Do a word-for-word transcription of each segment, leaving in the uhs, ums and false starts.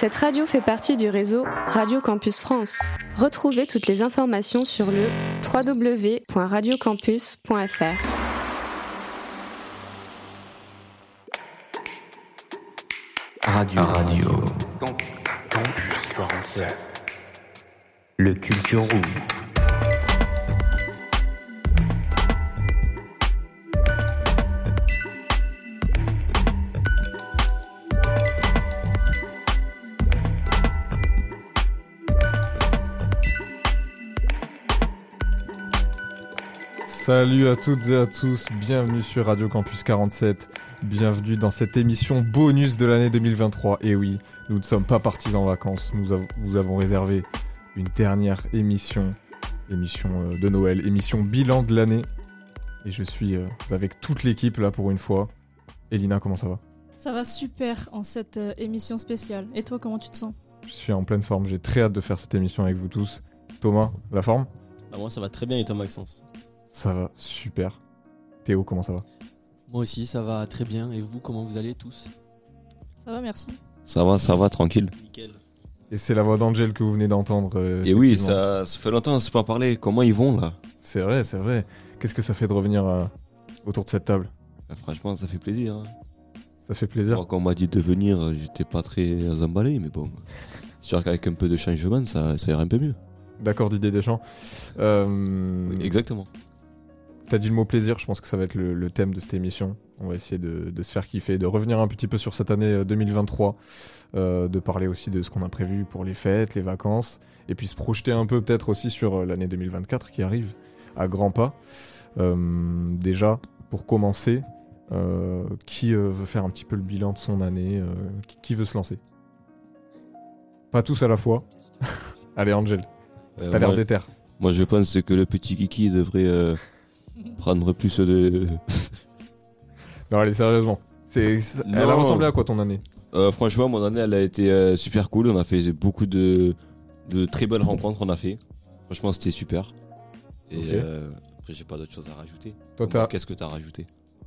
Cette radio fait partie du réseau Radio Campus France. Retrouvez toutes les informations sur le w w w point radio campus point f r. Radio Radio Campus quarante-sept. Le Culture Room. Salut à toutes et à tous, bienvenue sur Radio Campus quarante-sept, bienvenue dans cette émission bonus de l'année deux mille vingt-trois. Et oui, nous ne sommes pas partis en vacances, nous av- vous avons réservé une dernière émission, émission euh, de Noël, émission bilan de l'année. Et je suis euh, avec toute l'équipe là pour une fois. Elina, comment ça va ? Ça va super en cette euh, émission spéciale. Et toi, comment tu te sens ? Je suis en pleine forme, j'ai très hâte de faire cette émission avec vous tous. Thomas, la forme ? Bah moi ça va très bien et toi Maxence ? Ça va super. Théo, comment ça va ? Moi aussi, ça va très bien. Et vous, comment vous allez tous ? Ça va, merci. Ça va, ça va, tranquille. Nickel. Et c'est la voix d'Angel que vous venez d'entendre. Euh, Et oui, effectivement. ça, ça fait longtemps qu'on ne s'est pas parlé. Comment ils vont là ? C'est vrai, c'est vrai. Qu'est-ce que ça fait de revenir euh, autour de cette table ? Bah, franchement, ça fait plaisir. Hein. Ça fait plaisir. Moi, quand on m'a dit de venir, euh, j'étais pas très emballé, mais bon. C'est sûr qu'avec un peu de changement, ça, ça ira un peu mieux. D'accord, Didier Deschamps. Euh, Oui, exactement. T'as dit le mot plaisir, je pense que ça va être le, le thème de cette émission. On va essayer de, de se faire kiffer, de revenir un petit peu sur cette année deux mille vingt-trois, euh, de parler aussi de ce qu'on a prévu pour les fêtes, les vacances, et puis se projeter un peu peut-être aussi sur l'année deux mille vingt-quatre qui arrive à grands pas. Euh, déjà, pour commencer, euh, qui euh, veut faire un petit peu le bilan de son année euh, qui, qui veut se lancer ? Pas tous à la fois. Allez, Angel, Euh, t'as l'air moi, déter. moi, je pense que le petit Kiki devrait euh, prendre plus de. Non, allez, sérieusement. C'est, c'est- elle a Non. ressemblé à quoi ton année ? Euh, franchement, mon année, elle a été euh, super cool. On a fait beaucoup de, de très belles rencontres. On a fait. Franchement, c'était super. Et Ok. euh, après, j'ai pas d'autre chose à rajouter. Toi, Toi, t'as... qu'est-ce que t'as rajouté ?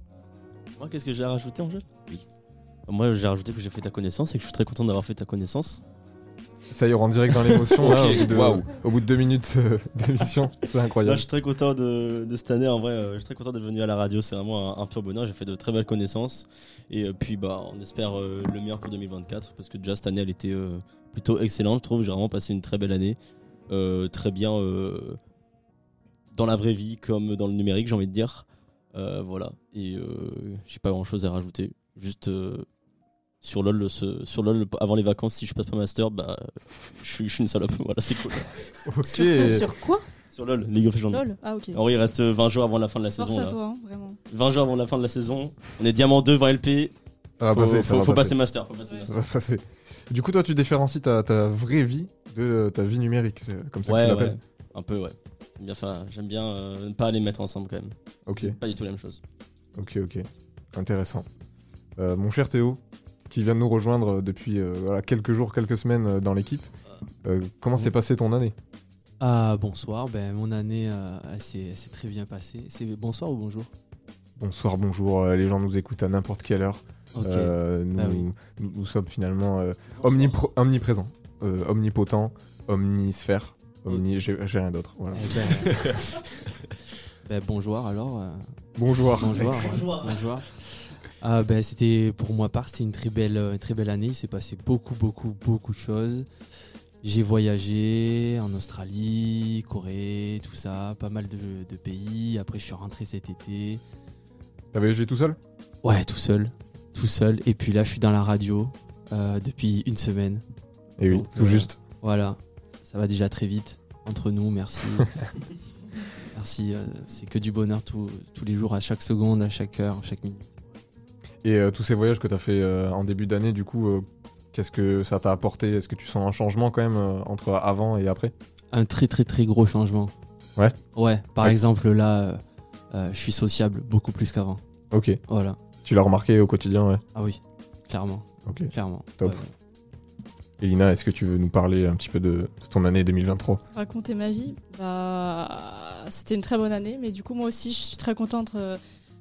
Moi qu'est-ce que j'ai à rajouter en jeu ? Oui. Moi j'ai rajouté que j'ai fait ta connaissance et que je suis très content d'avoir fait ta connaissance. Ça y est, on rentre direct dans l'émotion. là, Ok, au, bout de, waouh. au bout de deux minutes euh, d'émission. C'est Là, incroyable. je suis très content de, de cette année en vrai, euh, je suis très content d'être venu à la radio, c'est vraiment un, un pur bonheur, j'ai fait de très belles connaissances et euh, puis bah on espère euh, le meilleur pour deux mille vingt-quatre parce que déjà cette année elle était euh, plutôt excellente, je trouve, j'ai vraiment passé une très belle année, euh, très bien euh, dans la vraie vie comme dans le numérique j'ai envie de dire, euh, voilà et euh, j'ai pas grand chose à rajouter, juste euh, sur LoL, ce- sur LoL avant les vacances si je passe pas master bah je suis, je suis une salope, voilà c'est cool. Ok. Sur, sur quoi ? Sur LoL, League of Legends. LOL. Ah, ok. En vrai, il reste vingt jours avant la fin de la Force saison. à Là. toi, hein, vraiment. vingt jours avant la fin de la saison. On est diamant deux, vingt L P. Ça va Faut, passer, ça faut, va faut passer. passer master. Faut passer Ouais. Ça master. va passer. Du coup, toi, tu différencies ta, ta vraie vie de euh, ta vie numérique. C'est comme ça que Ouais, tu ouais. l'appelles. Un peu, ouais. Bien, enfin, j'aime bien euh, ne pas les mettre ensemble quand même. Ok, C'est pas du tout la même chose. ok, ok. Intéressant. Euh, mon cher Théo, qui vient de nous rejoindre depuis euh, voilà, quelques jours, quelques semaines euh, dans l'équipe, euh, comment s'est passée ton année ? Ah, bonsoir. Ben, mon année, euh, elle s'est, elle s'est très bien passée. C'est bonsoir ou bonjour ? Bonsoir, bonjour. euh, les gens nous écoutent à n'importe quelle heure. Ok. Euh, nous, Ah oui. nous, nous sommes finalement euh, omnipro- omniprésents, euh, omnipotents, omnisphères, omni... j'ai, j'ai rien d'autre. Voilà. Eh ben, ben, bonjour alors. euh, Bonjour. bonjour. ouais, bonjour. Ah, ben, c'était, pour moi part, c'était une très belle, une très belle année. Il s'est passé beaucoup, beaucoup, beaucoup de choses. J'ai voyagé en Australie, Corée, tout ça, pas mal de, de pays. Après, je suis rentré cet été. T'as voyagé tout seul ? Ouais, tout seul. Tout seul. Et puis là, je suis dans la radio euh, depuis une semaine. Et oui, Donc, tout euh, juste. Voilà. Ça va déjà très vite entre nous. Merci. Merci. euh, c'est que du bonheur tout- tous les jours, à chaque seconde, à chaque heure, à chaque minute. Et euh, tous ces voyages que t'as fait euh, en début d'année, du coup, euh, qu'est-ce que ça t'a apporté ? Est-ce que tu sens un changement quand même euh, entre avant et après ? Un très, très, très gros changement. Ouais. Ouais. Par Ouais. exemple, là, euh, euh, je suis sociable beaucoup plus qu'avant. Ok. Voilà. Tu l'as remarqué au quotidien, ouais. Ah oui, clairement. Ok. Clairement. Top. Ouais. Elina, est-ce que tu veux nous parler un petit peu de, de ton année deux mille vingt-trois ? Raconter ma vie, bah, c'était une très bonne année, mais du coup, moi aussi, je suis très contente euh,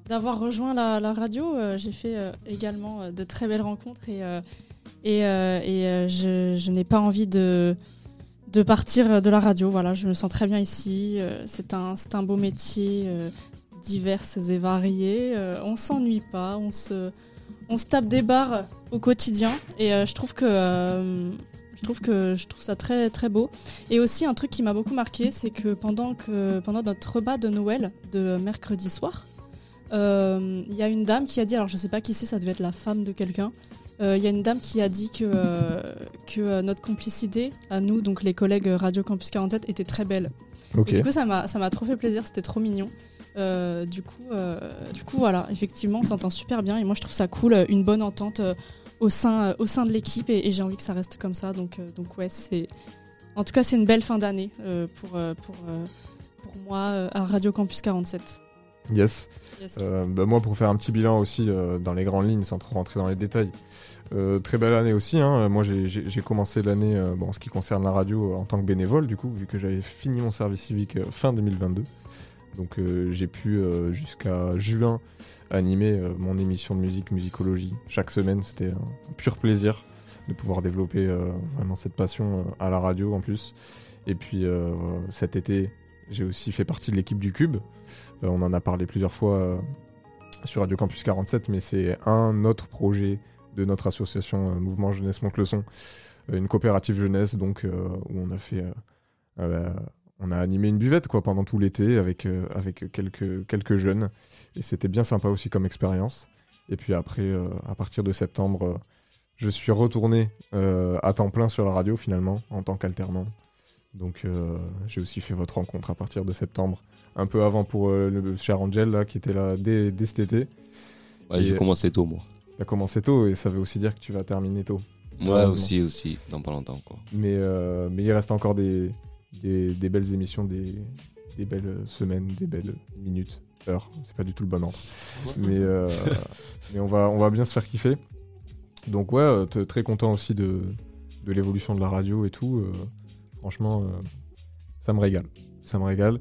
d'avoir rejoint la, la radio. Euh, j'ai fait euh, également euh, de très belles rencontres et, euh, et, euh, et euh, je, je n'ai pas envie de, de partir de la radio. Voilà, je me sens très bien ici. Euh, c'est un, c'est un beau métier, euh, divers et varié. Euh, on s'ennuie pas, on se, on se tape des barres au quotidien et euh, je trouve que... Euh, Je trouve que je trouve ça très très beau. Et aussi un truc qui m'a beaucoup marqué, c'est que pendant que pendant notre repas de Noël de mercredi soir, il euh, y a une dame qui a dit, alors je sais pas qui c'est, ça devait être la femme de quelqu'un. Il euh, y a une dame qui a dit que euh, que euh, notre complicité à nous, donc les collègues Radio Campus quarante-sept, était très belle. Ok. Et du coup ça m'a ça m'a trop fait plaisir, c'était trop mignon. Euh, du coup euh, du coup voilà, effectivement on s'entend super bien et moi je trouve ça cool, une bonne entente. Euh, au sein, euh, au sein de l'équipe et, et j'ai envie que ça reste comme ça donc, euh, donc ouais c'est en tout cas c'est une belle fin d'année euh, pour, euh, pour, euh, pour moi euh, à Radio Campus quarante-sept. Yes, Yes. Euh, bah moi pour faire un petit bilan aussi euh, dans les grandes lignes sans trop rentrer dans les détails, euh, très belle année aussi hein. Moi j'ai, j'ai, j'ai commencé l'année euh, bon, en ce qui concerne la radio euh, en tant que bénévole du coup vu que j'avais fini mon service civique euh, fin deux mille vingt-deux donc euh, j'ai pu euh, jusqu'à juin animer euh, mon émission de musique, musicologie. Chaque semaine, c'était un pur plaisir de pouvoir développer euh, vraiment cette passion euh, à la radio en plus. Et puis euh, cet été, j'ai aussi fait partie de l'équipe du Cube. Euh, on en a parlé plusieurs fois euh, sur Radio Campus quarante-sept, mais c'est un autre projet de notre association euh, Mouvement Jeunesse Monte le Son, euh, une coopérative jeunesse donc euh, où on a fait... Euh, euh, on a animé une buvette quoi pendant tout l'été avec euh, avec quelques quelques jeunes et c'était bien sympa aussi comme expérience. Et puis après, euh, à partir de septembre, euh, je suis retourné euh, à temps plein sur la radio finalement en tant qu'alternant. Donc euh, j'ai aussi fait votre rencontre à partir de septembre, un peu avant pour euh, le cher Angel là qui était là dès, dès cet été. Ouais, j'ai commencé tôt moi. T'as commencé tôt et ça veut aussi dire que tu vas terminer tôt. Ouais, aussi aussi dans pas longtemps quoi. Mais euh, mais il reste encore des Des, des belles émissions, des, des belles semaines, des belles minutes, heures. C'est pas du tout le bon ordre. mais euh, mais on, va, on va bien se faire kiffer. Donc ouais, euh, t- très content aussi de, de l'évolution de la radio et tout. Euh, franchement, euh, ça me régale. Ça me régale.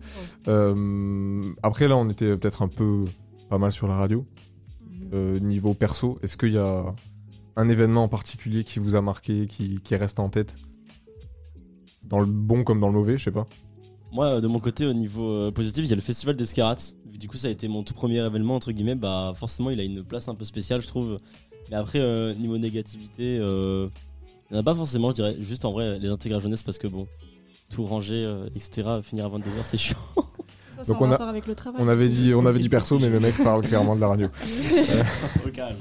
Euh, après là, on était peut-être un peu pas mal sur la radio. Euh, niveau perso, est-ce qu'il y a un événement en particulier qui vous a marqué, qui, qui reste en tête ? Dans le bon comme dans le mauvais, je sais pas. Moi, de mon côté, au niveau euh, positif, il y a le festival d'Escarats. Du coup, ça a été mon tout premier événement, entre guillemets. Bah, forcément, il a une place un peu spéciale, je trouve. Mais après, euh, niveau négativité, euh, il n'y en a pas forcément, je dirais. Juste en vrai, les intégrales jeunesse, parce que bon, tout ranger, euh, et cetera, finir à vingt-deux heures, c'est chiant. Ça, Donc c'est en on a- rapport avec le travail. On avait dit, on avait dit perso, mais le mec parle clairement de la radio. Au calme.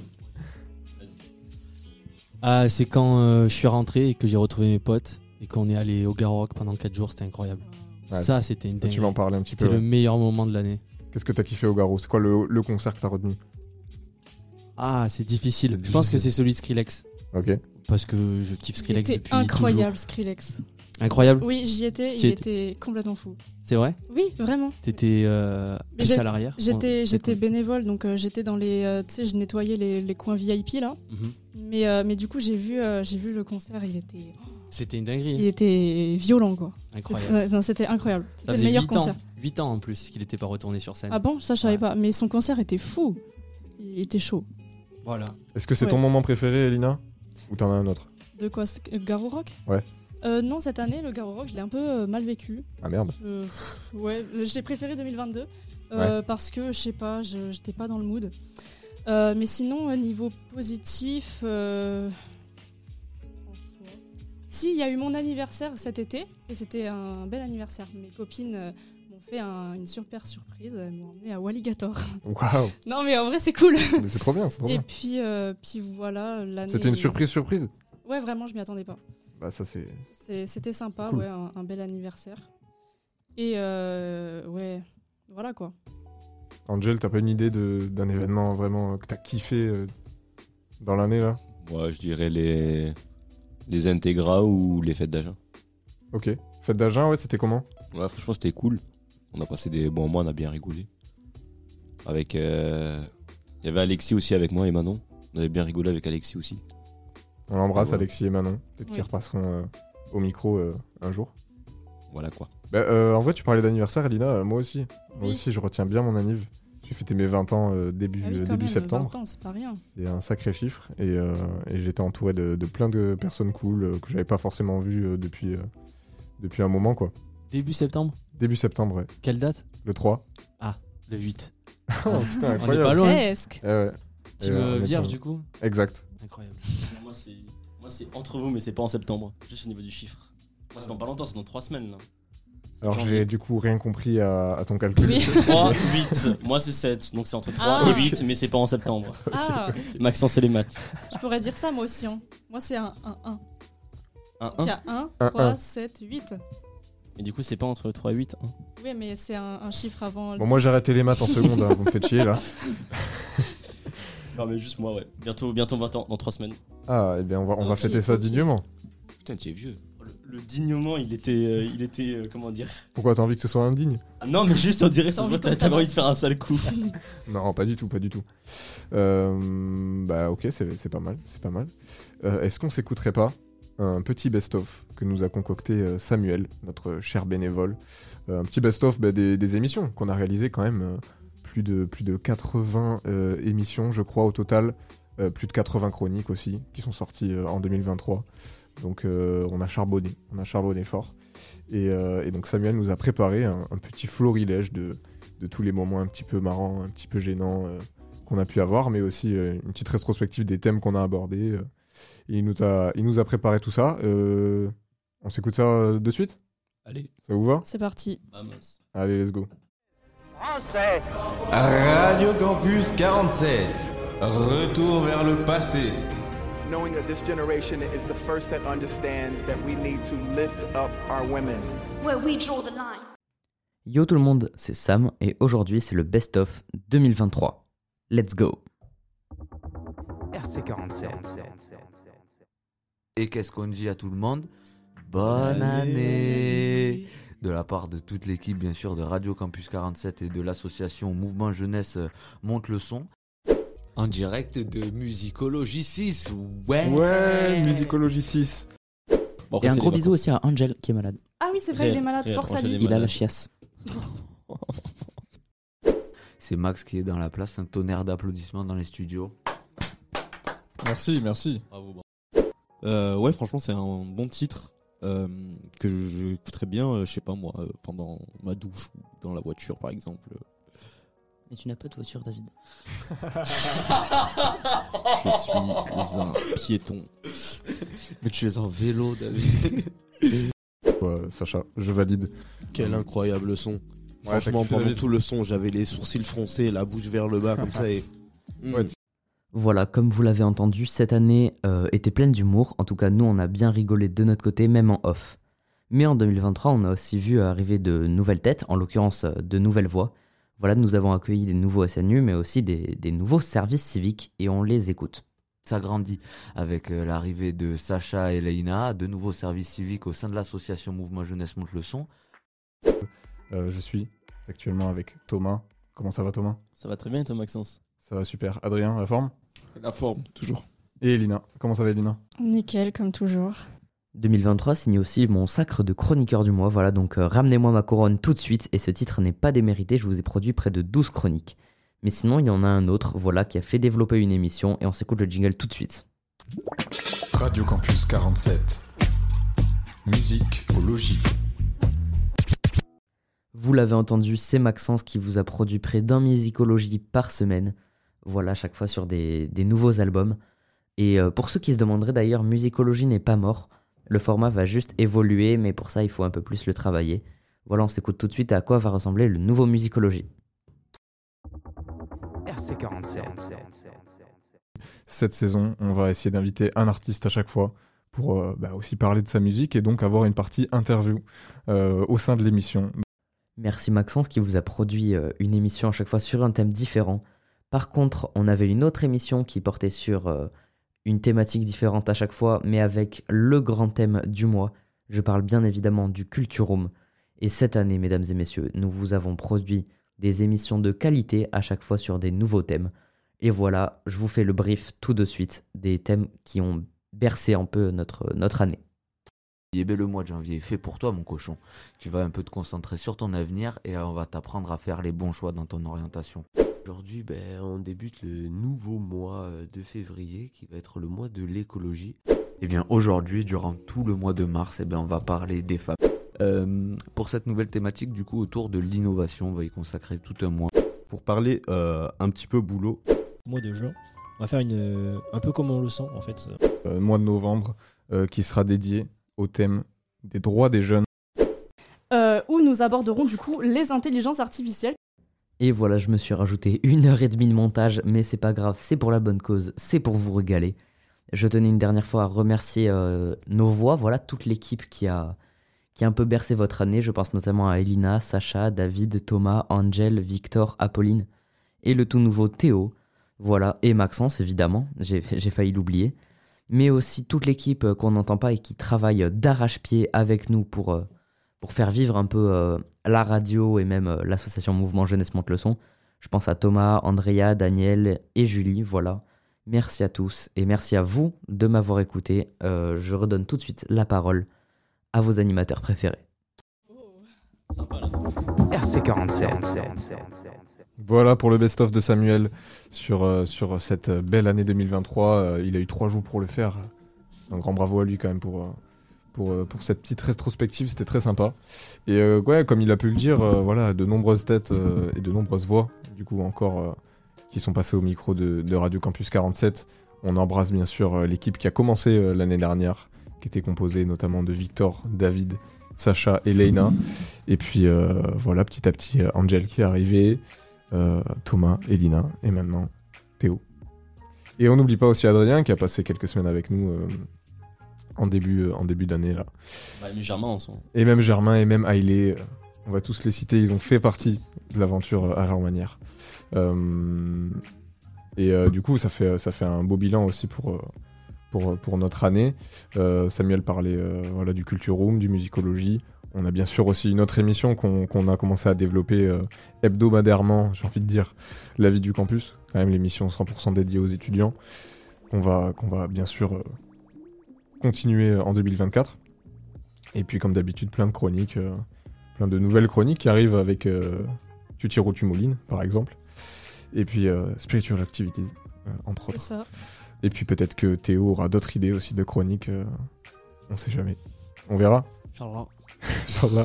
Ah, c'est quand euh, je suis rentré et que j'ai retrouvé mes potes et qu'on est allé au Garo Rock pendant quatre jours, c'était incroyable. Ouais. Ça, c'était une Tu dinguerie. m'en parlais un petit C'était peu. le ouais. meilleur moment de l'année. Qu'est-ce que t'as kiffé au Garo ? C'est quoi le, le concert que t'as retenu ? Ah, c'est difficile. C'est Je pense que difficile. c'est celui de Skrillex. Ok. Parce que je kiffe Il Skrillex était depuis incroyable, Skrillex. toujours. Incroyable. Oui, j'y étais, Tu il étais- était complètement fou. C'est vrai. Oui, vraiment. T'étais euh, Mais plus j'ai- à l'arrière. J'étais, Ouais, j'étais c'est bénévole, donc euh, j'étais dans les, euh, tu sais, je nettoyais les, les coins V I P là. cool. Mhm. Mais, euh, mais du coup, j'ai vu, euh, j'ai vu le concert, il était, C'était une il dinguerie. était violent quoi. Incroyable. C'était, ouais, non, c'était incroyable. Ça C'était le faisait meilleur huit concert. ans. huit ans en plus qu'il n'était pas retourné sur scène. Ah bon, ça je savais Ouais. pas. Mais son concert était fou. Il était chaud. Voilà. Est-ce que c'est Ouais. ton moment préféré, Elina ? Ou t'en as un autre ? De quoi c'est- euh, Garo Rock Ouais. Euh, non, cette année, le Garo Rock, je l'ai un peu euh, mal vécu. Ah merde. Euh, pff, ouais, euh, j'ai préféré deux mille vingt-deux euh, parce que je sais pas, je- j'étais pas dans le mood. Euh, mais sinon, euh, niveau positif, euh, en soi- si il y a eu mon anniversaire cet été et c'était un bel anniversaire. Mes copines euh, m'ont fait un- une super surprise, elles m'ont emmené à Walligator. Waouh. non mais en vrai c'est cool. Mais c'est trop bien, c'est trop Et bien. puis, euh, puis voilà l'année. C'était une surprise surprise ? Ouais, vraiment, je m'y attendais pas. Bah ça c'est... C'est- C'était sympa, Cool. ouais, un, un bel anniversaire. Et euh, ouais, voilà quoi. Angel, t'as pas une idée de, d'un événement vraiment que t'as kiffé euh, dans l'année là ? Moi, je dirais les les intégras ou les fêtes d'Agen. Ok. Fête d'Agen, ouais, c'était comment ? Ouais, franchement, c'était cool. On a passé des bons mois, on a bien rigolé. Avec, euh, il y avait Alexis aussi avec moi et Manon. On avait bien rigolé avec Alexis aussi. On embrasse Ouais. Alexis et Manon. Peut-être Oui. qu'ils repasseront euh, au micro euh, un jour. Voilà quoi. Bah, euh, en vrai, tu parlais d'anniversaire, Elina, euh, moi aussi. Moi Oui. aussi, je retiens bien mon anniv. J'ai fêté mes vingt ans euh, début, Ah oui, euh, quand début même, septembre. vingt ans, c'est pas rien. C'est un sacré chiffre. Et, euh, et j'étais entouré de, de plein de personnes cool euh, que j'avais pas forcément vues euh, depuis, euh, depuis un moment, quoi. Début septembre. Début septembre, ouais. Quelle date? Le trois. Le huit. Oh putain, On est pas incroyable. loin. Presque. Eh ouais. Team Et, euh, euh, on est vierge pas- du coup. Exact. Incroyable. Moi, c'est... Moi, c'est entre vous, mais c'est pas en septembre. Juste au niveau du chiffre. Moi, c'est dans pas longtemps, c'est dans trois semaines là. C'est Alors janvier. j'ai du coup rien compris à, à ton calcul. Oui. trois, huit. Moi, c'est sept. Donc c'est entre trois Ah. et huit, mais c'est pas en septembre. Ah, Maxence et les maths. je pourrais dire ça moi aussi. Hein. Moi, c'est un un un. Un, Il y un. a un, Un, trois, un. sept, huit. Et du coup, c'est pas entre trois et huit. Hein. Oui, mais c'est un, un chiffre avant. le Bon, moi dix. j'ai arrêté les maths en seconde, hein, vous me faites chier là. Non, mais juste moi, ouais. Bientôt, bientôt vingt ans, dans trois semaines. Ah, eh bien on va, on va Ok, fêter ça ok. dignement. Putain, tu es vieux. Le, le dignement, il était. euh, il était euh, comment dire. Pourquoi t'as envie que ce soit indigne? Ah, non, mais juste, on dirait, ça T'as se envie voit, qu'on t'as- t'avais envie de tabasse. faire un sale coup. Non, pas du tout, pas du tout. Euh, bah ok, c'est c'est pas mal, c'est pas mal. Euh, Est-ce qu'on s'écouterait pas un petit best-of que nous a concocté euh, Samuel, notre cher bénévole? Euh, un petit best-of bah, des, des émissions qu'on a réalisé quand même. euh, plus, de, plus de quatre-vingts euh, émissions, je crois, au total. Euh, plus de quatre-vingts chroniques aussi, qui sont sorties euh, en deux mille vingt-trois. Donc euh, on a charbonné, on a charbonné fort. Et, euh, et donc Samuel nous a préparé un, un petit florilège de, de tous les moments un petit peu marrants, un petit peu gênants euh, qu'on a pu avoir, mais aussi euh, une petite rétrospective des thèmes qu'on a abordés. euh. Et il, nous a, il nous a préparé tout ça. Euh, on s'écoute ça euh, de suite? Allez. Ça vous va? C'est parti. Vamos. Allez, let's go. Radio Campus quarante-sept. Retour vers le passé. knowing that this generation is the first that understands that we need to lift up our women. Where we draw the line. Yo tout le monde, c'est Sam et aujourd'hui c'est le Best of deux mille vingt-trois. Let's go. R C quarante-sept. Et qu'est-ce qu'on dit à tout le monde? Bonne année! De la part de toute l'équipe, bien sûr, de Radio Campus quarante-sept et de l'association Mouvement Jeunesse Monte le Son. En direct de Musicologie six. Ouais. Ouais, Musicologie six. Bon, après, Et un c'est gros les bisou vacances. aussi à Angel qui est malade. Ah oui, c'est vrai, il est malade. Réel, Force à Angel lui. est Il a malade. la chiasse. C'est Max qui est dans la place, un tonnerre d'applaudissements dans les studios. Merci, merci. Bravo, bravo. Euh, ouais, franchement, c'est un bon titre euh, que j'écouterais bien, euh, je sais pas moi, euh, pendant ma douche ou dans la voiture, par exemple. Mais tu n'as pas de voiture, David. Je suis un piéton. Mais tu es en vélo, David. Ouais, Sacha, je valide. Quel incroyable son. Ouais, Franchement, t'as kiffé, pendant David. tout le son, j'avais les sourcils froncés, la bouche vers le bas, comme ça. Et... Mm. Ouais, Voilà, comme vous l'avez entendu, cette année euh, était pleine d'humour. En tout cas, nous, on a bien rigolé de notre côté, même en off. Mais en deux mille vingt-trois, on a aussi vu arriver de nouvelles têtes, en l'occurrence euh, de nouvelles voix. Voilà, nous avons accueilli des nouveaux S N U, mais aussi des, des nouveaux services civiques, et on les écoute. Ça grandit avec euh, l'arrivée de Sacha et Leïna, de nouveaux services civiques au sein de l'association Mouvement Jeunesse Monte le Son. Euh, je suis actuellement avec Thomas. Comment ça va, Thomas? Ça va très bien, toi, Maxence? Ça va super. Adrien, la forme? La forme, toujours. Et Elina. Comment ça va, Elina? Nickel, comme toujours. deux mille vingt-trois signe aussi mon sacre de chroniqueur du mois. Voilà, donc euh, ramenez-moi ma couronne tout de suite. Et ce titre n'est pas démérité, je vous ai produit près de douze chroniques. Mais sinon, il y en a un autre, voilà, qui a fait développer une émission. Et on s'écoute le jingle tout de suite. Radio Campus quarante-sept. Musicologie. Vous l'avez entendu, c'est Maxence qui vous a produit près d'un musicologie par semaine. Voilà, chaque fois sur des, des nouveaux albums. Et euh, pour ceux qui se demanderaient d'ailleurs, musicologie n'est pas mort. Le format va juste évoluer, mais pour ça, il faut un peu plus le travailler. Voilà, on s'écoute tout de suite à quoi va ressembler le nouveau musicologie. R C quarante-sept. Cette saison, on va essayer d'inviter un artiste à chaque fois pour euh, bah, aussi parler de sa musique et donc avoir une partie interview euh, au sein de l'émission. Merci Maxence qui vous a produit euh, une émission à chaque fois sur un thème différent. Par contre, on avait une autre émission qui portait sur euh, une thématique différente à chaque fois, mais avec le grand thème du mois. Je parle bien évidemment du Culture Room. Et cette année, mesdames et messieurs, nous vous avons produit des émissions de qualité à chaque fois sur des nouveaux thèmes. Et voilà, je vous fais le brief tout de suite des thèmes qui ont bercé un peu notre, notre année. Eh bien, le mois de janvier est fait pour toi, mon cochon. Tu vas un peu te concentrer sur ton avenir et on va t'apprendre à faire les bons choix dans ton orientation. Aujourd'hui, ben, on débute le nouveau mois de février qui va être le mois de l'écologie. Eh bien aujourd'hui, durant tout le mois de mars, eh bien, on va parler des femmes. Euh, pour cette nouvelle thématique, du coup, autour de l'innovation, on va y consacrer tout un mois. Pour parler euh, un petit peu boulot. Mois de juin, on va faire une, un peu comme on le sent en fait. Euh, mois de novembre euh, qui sera dédié au thème des droits des jeunes. Euh, où nous aborderons du coup les intelligences artificielles. Et voilà, je me suis rajouté une heure et demie de montage, mais c'est pas grave, c'est pour la bonne cause, c'est pour vous régaler. Je tenais une dernière fois à remercier euh, nos voix, voilà, toute l'équipe qui a, qui a un peu bercé votre année. Je pense notamment à Elina, Sacha, David, Thomas, Angel, Victor, Apolline et le tout nouveau Théo. Voilà, et Maxence évidemment, j'ai, j'ai failli l'oublier. Mais aussi toute l'équipe qu'on n'entend pas et qui travaille d'arrache-pied avec nous pour, euh, pour faire vivre un peu euh, la radio et même euh, l'association Mouvement Jeunesse Monte le Son. Je pense à Thomas, Andrea, Daniel et Julie, voilà. Merci à tous et merci à vous de m'avoir écouté. Euh, je redonne tout de suite la parole à vos animateurs préférés. R C quarante-sept. Voilà pour le best-of de Samuel sur, euh, sur cette belle année deux mille vingt-trois. Euh, il a eu trois jours pour le faire. Un grand bravo à lui quand même pour, euh, pour, euh, pour cette petite rétrospective, c'était très sympa. Et euh, ouais, comme il a pu le dire, euh, voilà, de nombreuses têtes euh, et de nombreuses voix, du coup encore, euh, qui sont passées au micro de, de Radio Campus quarante-sept. On embrasse bien sûr euh, l'équipe qui a commencé euh, l'année dernière, qui était composée notamment de Victor, David, Sacha et Leïna. Et puis euh, voilà, petit à petit, euh, Angel qui est arrivé, euh, Thomas, Elina et maintenant Théo. Et on n'oublie pas aussi Adrien qui a passé quelques semaines avec nous euh, en début, euh, en début d'année là. Bah, même Germain en son. Et même Germain et même Hailey, euh, on va tous les citer, ils ont fait partie de l'aventure euh, à leur manière. Euh, et euh, du coup ça fait, ça fait un beau bilan aussi pour, euh, pour, pour notre année. Euh, Samuel parlait euh, voilà, du Culture Room, du Musicologie. On a bien sûr aussi une autre émission qu'on, qu'on a commencé à développer euh, hebdomadairement, j'ai envie de dire, La vie du campus, quand même l'émission cent pour cent dédiée aux étudiants, qu'on va, qu'on va bien sûr euh, continuer en deux mille vingt-quatre. Et puis comme d'habitude, plein de chroniques, euh, plein de nouvelles chroniques qui arrivent avec euh, Tu tires ou tu moulines, par exemple. Et puis euh, Spiritual Activities, euh, entre autres. C'est ça. Et puis peut-être que Théo aura d'autres idées aussi de chroniques, euh, on sait jamais. On verra. Inch'Allah. Inch'Allah.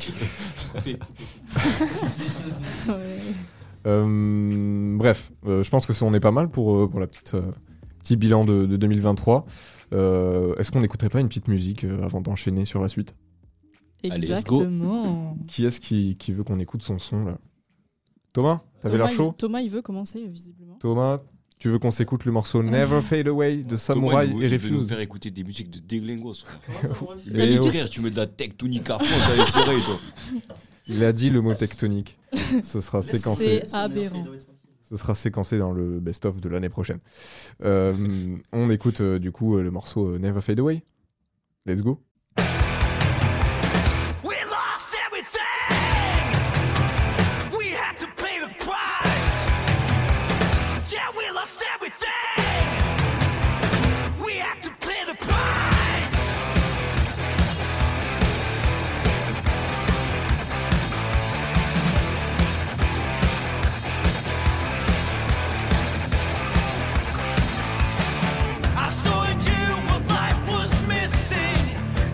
Ouais. euh, bref, euh, je pense que ça on est pas mal pour, euh, pour la petite euh, petit bilan de, de deux mille vingt-trois. Euh, est-ce qu'on n'écouterait pas une petite musique euh, avant d'enchaîner sur la suite ? Exactement. Qui est-ce qui, qui veut qu'on écoute son son là ? Thomas, t'avais Thomas, l'air chaud ? il, Thomas, il veut commencer visiblement. Thomas, tu veux qu'on s'écoute le morceau Never Fade Away de Samurai Thomas, et il veut nous Refuse ? faire écouter des musiques de déglingos. Mais Mais frère, tu mets de la tectonique à fond dans les oreilles, toi. Il a dit le mot tectonique. Ce sera séquencé. C'est aberrant. Ce sera séquencé dans le best-of de l'année prochaine. Euh, on écoute euh, du coup euh, le morceau euh, Never Fade Away. Let's go. I saw you what life was missing.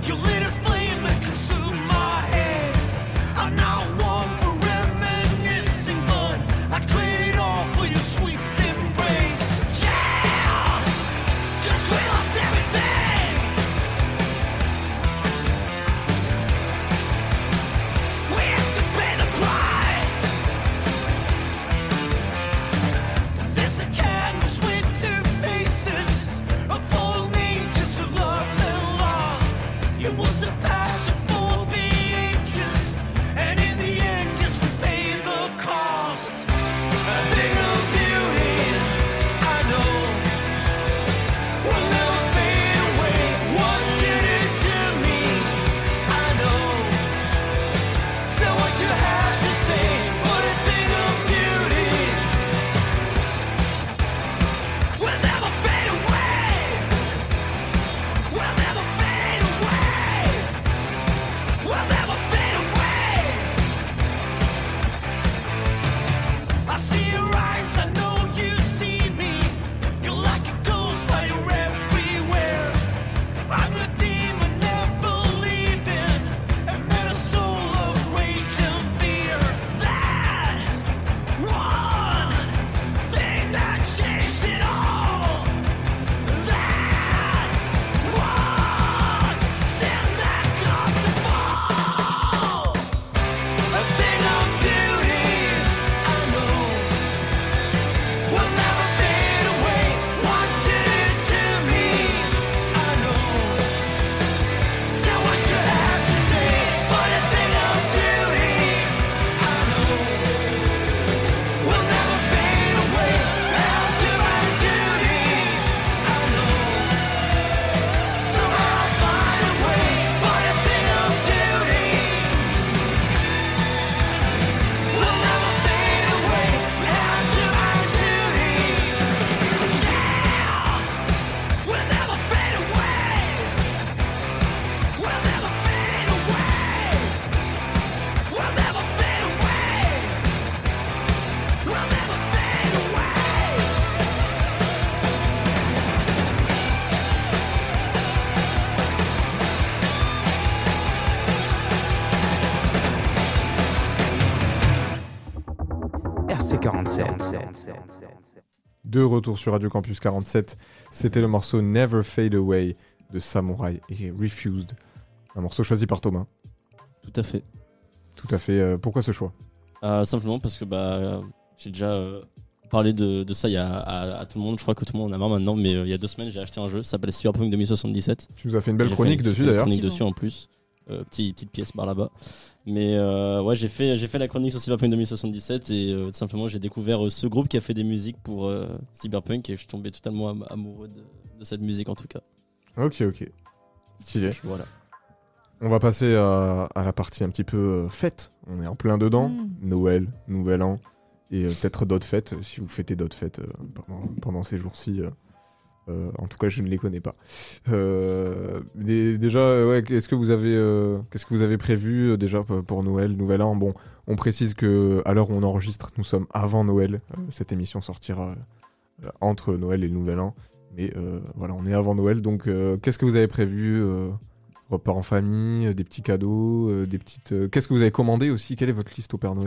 quarante-sept. De retour sur Radio Campus quarante-sept, c'était le morceau Never Fade Away de Samurai et Refused. Un morceau choisi par Thomas. Tout à fait. Tout à fait. Euh, pourquoi ce choix ? Euh, simplement parce que bah, euh, j'ai déjà euh, parlé de, de ça il y a, à, à tout le monde. Je crois que tout le monde en a marre maintenant, mais euh, il y a deux semaines, j'ai acheté un jeu, ça s'appelle Cyberpunk deux mille soixante-dix-sept. Tu nous as fait une belle J'ai chronique fait, dessus j'ai fait d'ailleurs. Une chronique dessus en plus. Euh, petit, petite pièce par là-bas. Mais euh, ouais, j'ai fait, j'ai fait la chronique sur Cyberpunk deux mille soixante-dix-sept et euh, tout simplement j'ai découvert euh, ce groupe qui a fait des musiques pour euh, Cyberpunk et je suis tombé totalement am- amoureux de, de cette musique en tout cas. Ok, ok. Stylé. Voilà. On va passer à, à la partie un petit peu euh, fête. On est en plein dedans. Mm. Noël, Nouvel An et euh, peut-être d'autres fêtes, si vous fêtez d'autres fêtes euh, pendant, pendant ces jours-ci. Euh, euh, en tout cas, je ne les connais pas. Euh, des- déjà, euh, ouais, qu'est-ce que vous avez, euh, qu'est-ce que vous avez prévu euh, déjà pour pour Noël, Nouvel An ? Bon, on précise que à l'heure où on enregistre, nous sommes avant Noël. Euh, cette émission sortira euh, entre Noël et le Nouvel An. Mais euh, voilà, on est avant Noël. Donc, euh, qu'est-ce que vous avez prévu euh, repas en famille, euh, des petits cadeaux, euh, des petites. euh, Qu'est-ce que vous avez commandé aussi ? Quelle est votre liste au Père Noël ?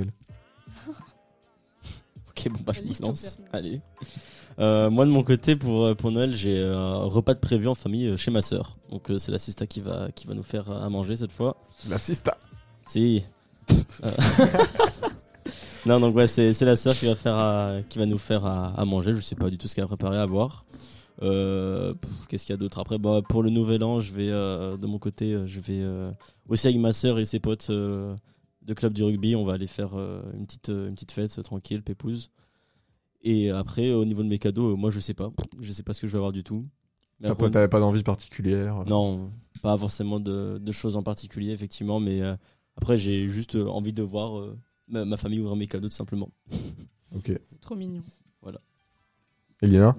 Ok, bon bah je La me liste au lance. Père Allez. Euh, moi de mon côté pour, pour Noël j'ai euh, un repas de prévu en famille euh, chez ma sœur. Donc euh, c'est la sista qui va, qui va nous faire euh, à manger cette fois. La sista. Si. Euh, non donc ouais c'est, c'est la sœur qui va, faire à- qui va nous faire à, à manger. Je sais pas du tout ce qu'elle a préparé à boire. Euh, pff, qu'est-ce qu'il y a d'autre après bah, pour le nouvel an je vais euh, de mon côté euh, je vais euh, aussi avec ma sœur et ses potes euh, de club du rugby on va aller faire euh, une, petite, euh, une petite fête euh, tranquille pépouze et après au niveau de mes cadeaux euh, moi je sais pas je sais pas ce que je vais avoir du tout. Mais T'as après, pas- T'avais pas d'envie particulière ? non pas forcément de, de choses en particulier effectivement mais euh, après j'ai juste euh, envie de voir euh, ma, ma famille ouvrir mes cadeaux tout simplement. Ok. C'est trop mignon. Voilà. Eliana ?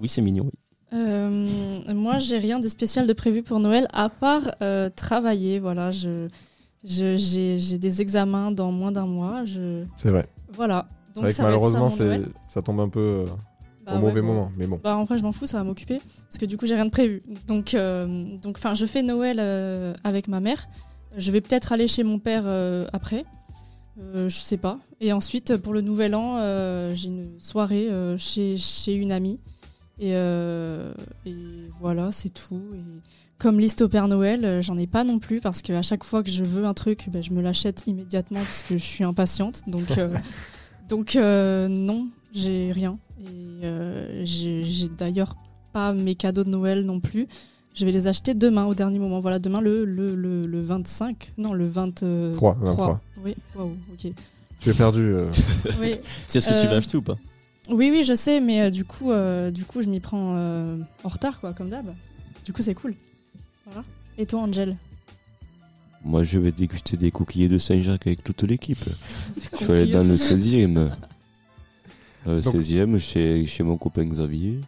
Oui c'est mignon oui. Euh, moi, j'ai rien de spécial de prévu pour Noël, à part euh, travailler. Voilà, je, je- j'ai, j'ai des examens dans moins d'un mois. Je... C'est vrai. Voilà. C'est vrai que ça va être ça, malheureusement, mon c'est... Noël. ça tombe un peu euh, Bah au ouais, mauvais bon. moment. Mais bon. Bah, en vrai, je m'en fous, ça va m'occuper. Parce que du coup, j'ai rien de prévu. Donc, euh, donc, enfin, je fais Noël euh, avec ma mère. Je vais peut-être aller chez mon père euh, après. Euh, je sais pas. Et ensuite, pour le nouvel an, euh, j'ai une soirée euh, chez, chez une amie. Et, euh, et voilà, c'est tout. Et comme liste au Père Noël, euh, j'en ai pas non plus parce qu'à chaque fois que je veux un truc, ben, je me l'achète immédiatement parce que je suis impatiente. Donc, euh, donc euh, non, j'ai rien. Et euh, j'ai, j'ai d'ailleurs pas mes cadeaux de Noël non plus. Je vais les acheter demain au dernier moment. Voilà, demain le, le, le, le vingt-cinq. Non, le vingt-trois. vingt-trois. Oui, waouh, ok. Tu es perdu. euh. Oui. C'est ce que tu Euh, vas acheter ou pas? Oui, oui, je sais, mais euh, du coup, euh, du coup, je m'y prends euh, en retard, quoi, comme d'hab. Du coup, c'est cool. Voilà. Et toi, Angel? Moi, je vais déguster des coquillers de Saint-Jacques avec toute l'équipe. Je vais aller coquillers dans le Saint-Jacques. seizième. Euh, Donc- seizième, chez, chez mon copain Xavier.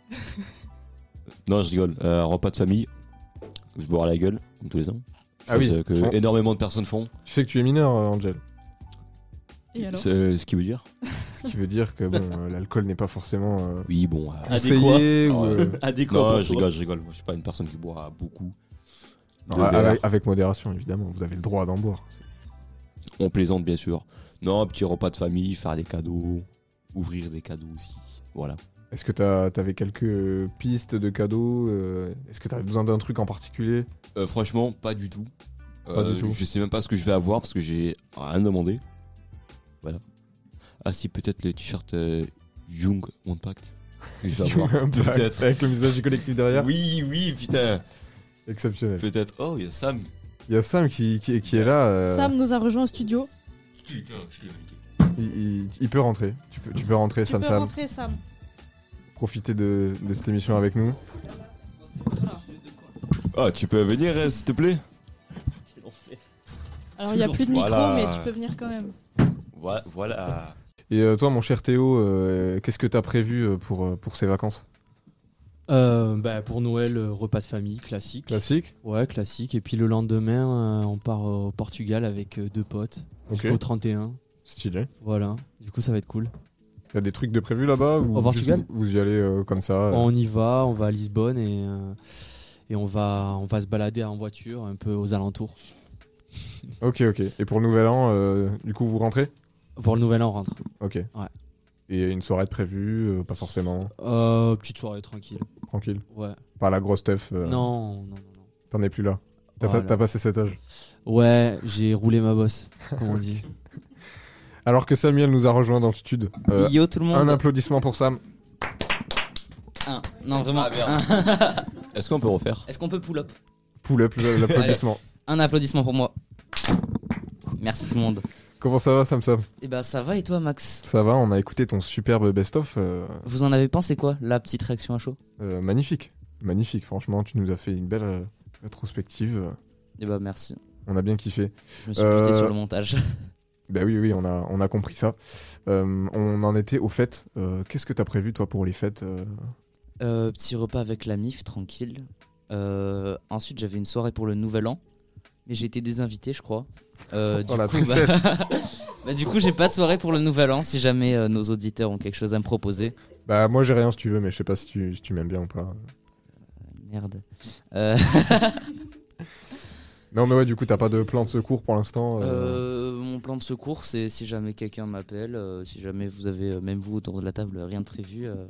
Non, je rigole. Euh, repas de famille. Je bois la gueule, comme tous les ans. Ah oui. Chose que Ah. énormément de personnes font. Tu sais que tu es mineur, euh, Angel. Et alors? C'est ce qui veut dire Ce qui veut dire que bon, euh, l'alcool n'est pas forcément euh, Oui, bon. euh, conseillé Adéquat. ou, Ouais. euh, Adéquat Non, pour je toi. rigole, je rigole. Moi, je suis pas une personne qui boit beaucoup. non, De verre. avec, avec modération, évidemment. Vous avez le droit d'en boire. C'est- On plaisante, bien sûr. Non, petit repas de famille, faire des cadeaux, ouvrir des cadeaux aussi. Voilà. Est-ce que t'as, t'avais quelques pistes de cadeaux euh, Est-ce que t'avais besoin d'un truc en particulier? Euh, franchement, pas du tout. Pas du tout. Je sais même pas ce que je vais avoir parce que j'ai rien demandé. Voilà. Ah si, peut-être le t-shirt euh, Young Impact. que je vais avoir. Young Impact, Peut-être. avec le visage du collectif derrière. Oui, oui, putain. Exceptionnel. Peut-être. Oh, il y a Sam. Il y a Sam qui, qui, qui est là. euh, Sam nous a rejoint au studio. Putain, je l'ai invité. il, il- il peut rentrer. Tu peux, tu peux rentrer, Tu Sam peux Sam. rentrer, Sam. Profiter de, de cette émission avec nous. Ah, tu peux venir, euh, s'il te plaît? Alors, il n'y a plus de micro, Voilà. mais tu peux venir quand même. Voilà. voilà. Et euh, toi, mon cher Théo, euh, qu'est-ce que t'as prévu euh, pour, euh, pour ces vacances? Euh, bah, pour Noël, euh, repas de famille, classique. Classique? Ouais, classique. Et puis le lendemain, euh, on part au Portugal avec euh, deux potes. Ok. Jusqu'au trente et un. Stylé. Voilà. Du coup, ça va être cool. T'as des trucs de prévu là-bas ou Au Portugal juste vous, vous y allez euh, comme ça euh On y va, on va à Lisbonne et, euh, et on, va, on va se balader en voiture un peu aux alentours. Ok, ok. Et pour le nouvel an, euh, du coup, vous rentrez? Pour le nouvel an, on rentre. Ok. Ouais. Et une soirée de prévue, euh, pas forcément. Euh, petite soirée tranquille. Tranquille. Ouais. Pas la grosse teuf. euh, Non, non, non. non. T'en es plus là. T'as, Voilà. pas, t'as passé cet âge. Ouais, j'ai roulé ma bosse, comme on dit. Alors que Samuel nous a rejoint dans le studio. Euh, Yo tout le monde. Un applaudissement pour Sam. Un. Non, vraiment. Ah, un. Est-ce qu'on peut refaire? Est-ce qu'on peut pull up? Pull up, l'applaudissement. Allez, un applaudissement pour moi. Merci tout le monde. Comment ça va, Sam Sam? Eh ben ça va et toi, Max? Ça va, on a écouté ton superbe best-of. euh, Vous en avez pensé quoi, la petite réaction à chaud? euh, magnifique. Magnifique, franchement, tu nous as fait une belle euh, rétrospective. Eh ben merci. On a bien kiffé. Je me suis buté sur le montage. Bah oui, oui, on a, on a compris ça. Euh, on en était aux fêtes. Euh, qu'est-ce que t'as prévu, toi, pour les fêtes euh Euh, petit repas avec la M I F, tranquille. Euh, ensuite, j'avais une soirée pour le Nouvel An. Mais j'ai été désinvité, je crois. Euh, Oh, du la coup, tristesse. bah... bah, du coup, j'ai pas de soirée pour le Nouvel An. Si jamais euh, nos auditeurs ont quelque chose à me proposer. Bah moi j'ai rien si tu veux, mais je sais pas si tu, si tu m'aimes bien ou pas. Merde. Euh... Non mais ouais, du coup t'as pas de plan de secours pour l'instant euh... Euh, mon plan de secours, c'est si jamais quelqu'un m'appelle, euh, si jamais vous avez, euh, même vous autour de la table, rien de prévu. Euh...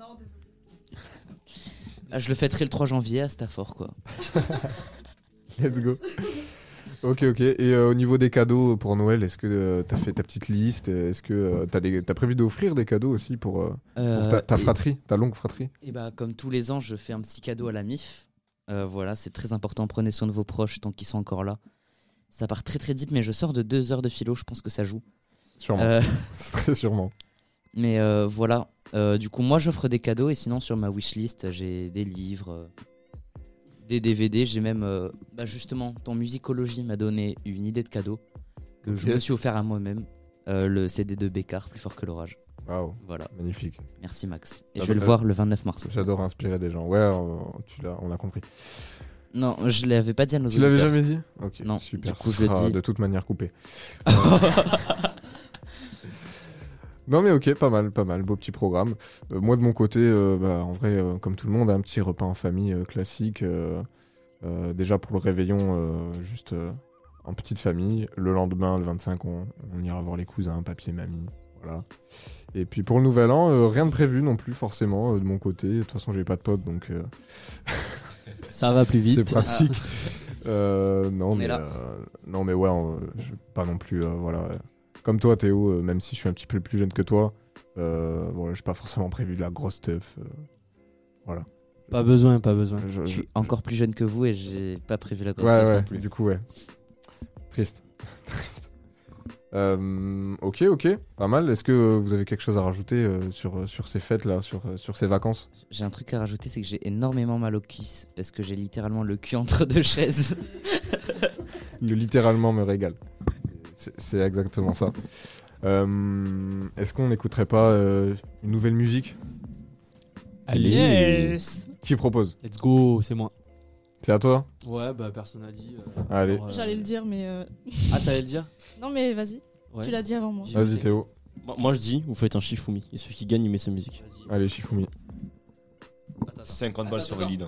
Ah, je le fêterai le trois janvier à Stafford, quoi. Let's go. Ok, ok. Et euh, au niveau des cadeaux pour Noël, est-ce que euh, t'as fait ta petite liste? Est-ce que euh, t'as, des, t'as prévu d'offrir des cadeaux aussi pour, euh, Euh, pour ta, ta et- fratrie, ta longue fratrie? Et bah, comme tous les ans, je fais un petit cadeau à la M I F. Euh, voilà, c'est très important. Prenez soin de vos proches tant qu'ils sont encore là. Ça part très très deep, mais je sors de deux heures de philo, je pense que ça joue. Sûrement. Euh, Très sûrement. Mais euh, voilà. Euh, du coup, moi, j'offre des cadeaux et sinon, sur ma wishlist, j'ai des livres, euh, des D V D. J'ai même, euh, bah, justement, ton musicologie m'a donné une idée de cadeau que je Ok. me suis offert à moi-même. Euh, le C D de Bécard, Plus fort que l'orage. Waouh. Voilà. Magnifique. Merci Max. Et Ah je vais bah, le voir le vingt-neuf mars aussi. J'adore inspirer des gens. Ouais, euh, tu l'as, on a compris. Non, je l'avais pas dit à nos Tu auditeurs. l'avais jamais dit? Ok, Non, super. du coup, Ce je le sera dis. de toute manière coupé. Euh, Non mais ok, pas mal, pas mal, beau petit programme. Euh, moi de mon côté, euh, bah, en vrai, euh, comme tout le monde, un petit repas en famille euh, classique. euh, euh, déjà pour le réveillon, euh, juste euh, en petite famille. Le lendemain, le vingt-cinq, on, on ira voir les cousins, papy et mamie. Voilà. Et puis pour le nouvel an, euh, rien de prévu non plus forcément euh, de mon côté. De toute façon, j'ai pas de potes, donc euh, Ça va plus vite. c'est pratique. Euh, non, On mais, est là. euh, non mais ouais, on- je- pas non plus. euh, voilà. euh, Comme toi, Théo, euh, même si je suis un petit peu plus jeune que toi, euh, voilà, j'ai pas forcément prévu de la grosse stuff. euh, voilà. Pas besoin, pas besoin. Je- Je je- suis encore plus jeune que vous et j'ai pas prévu la grosse Ouais, tête ouais, non plus. du coup, ouais. Triste. Triste. Euh, ok, ok, pas mal. Est-ce que euh, vous avez quelque chose à rajouter euh, sur, sur ces fêtes-là, sur, euh, sur ces vacances? J'ai un truc à rajouter, c'est que j'ai énormément mal aux cuisses parce que j'ai littéralement le cul entre deux chaises. Le littéralement me régale. C'est c'est exactement ça. Euh, Est-ce qu'on n'écouterait pas euh, une nouvelle musique? Allez. Yes. Qui propose? Let's go, c'est moi. C'est à toi? Ouais, bah personne n'a dit. euh, Allez. alors, euh, J'allais le dire, mais. euh, Ah, t'allais le dire? Non, mais vas-y. Ouais. Tu l'as dit avant moi. Vas-y, Théo. Moi, moi, je dis, vous faites un Shifumi. Et celui qui gagne, il met sa musique. Allez, Shifumi. cinquante balles sur Elina.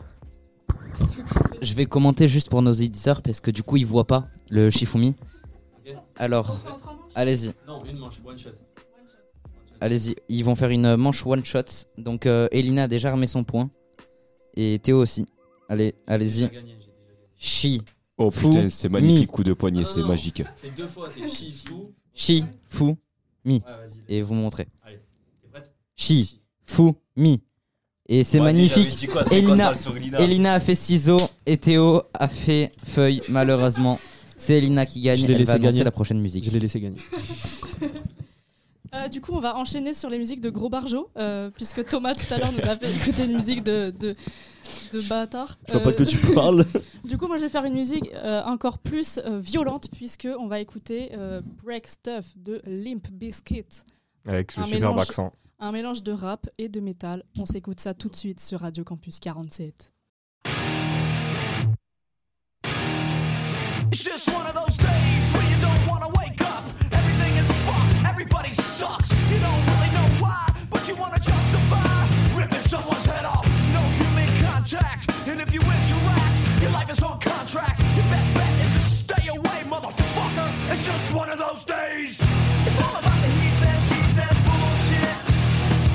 Je vais commenter juste pour nos éditeurs parce que du coup ils voient pas le Shifumi. Alors, allez-y. Non, une manche, one shot. Allez-y, ils vont faire une manche one shot. Donc euh, Elina a déjà remis son point. Et Théo aussi. Allez, allez-y. Chi. Oh Fu, putain, c'est magnifique mi. coup de poignet, c'est magique. C'est deux fois, c'est Shifu. Chi, fu, mi. Ouais, vas-y. Et vous montrez. Allez, t'es prête? Chi, fu, mi. Et c'est Vas-y, magnifique. j'avais dit quoi, cinquante Elina, balles sur Elina. Elina a fait ciseaux et Théo a fait feuille. Malheureusement, c'est Elina qui gagne. Je l'ai Elle laissé va annoncer gagner. la prochaine musique. Je l'ai laissé gagner. Euh, du coup, on va enchaîner sur les musiques de Gros Barjo, euh, puisque Thomas tout à l'heure nous a fait écouter une musique de, de, de bâtard. Je vois pas de quoi tu parles. Du coup, moi je vais faire une musique euh, encore plus euh, violente, puisque on va écouter euh, Break Stuff de Limp Bizkit. Avec le Un superbe mélange- accent. Un mélange de rap et de métal. On s'écoute ça tout de suite sur Radio Campus quarante-sept. It's just one of those days where you don't wanna wake up. Everything is fucked, everybody sucks. You don't really know why, but you wanna justify ripping someone's head off. No human contact, and if you interact, your life is on contract. Your best bet is to stay away, motherfucker. It's just one of those days. It's all about the he says, she says bullshit.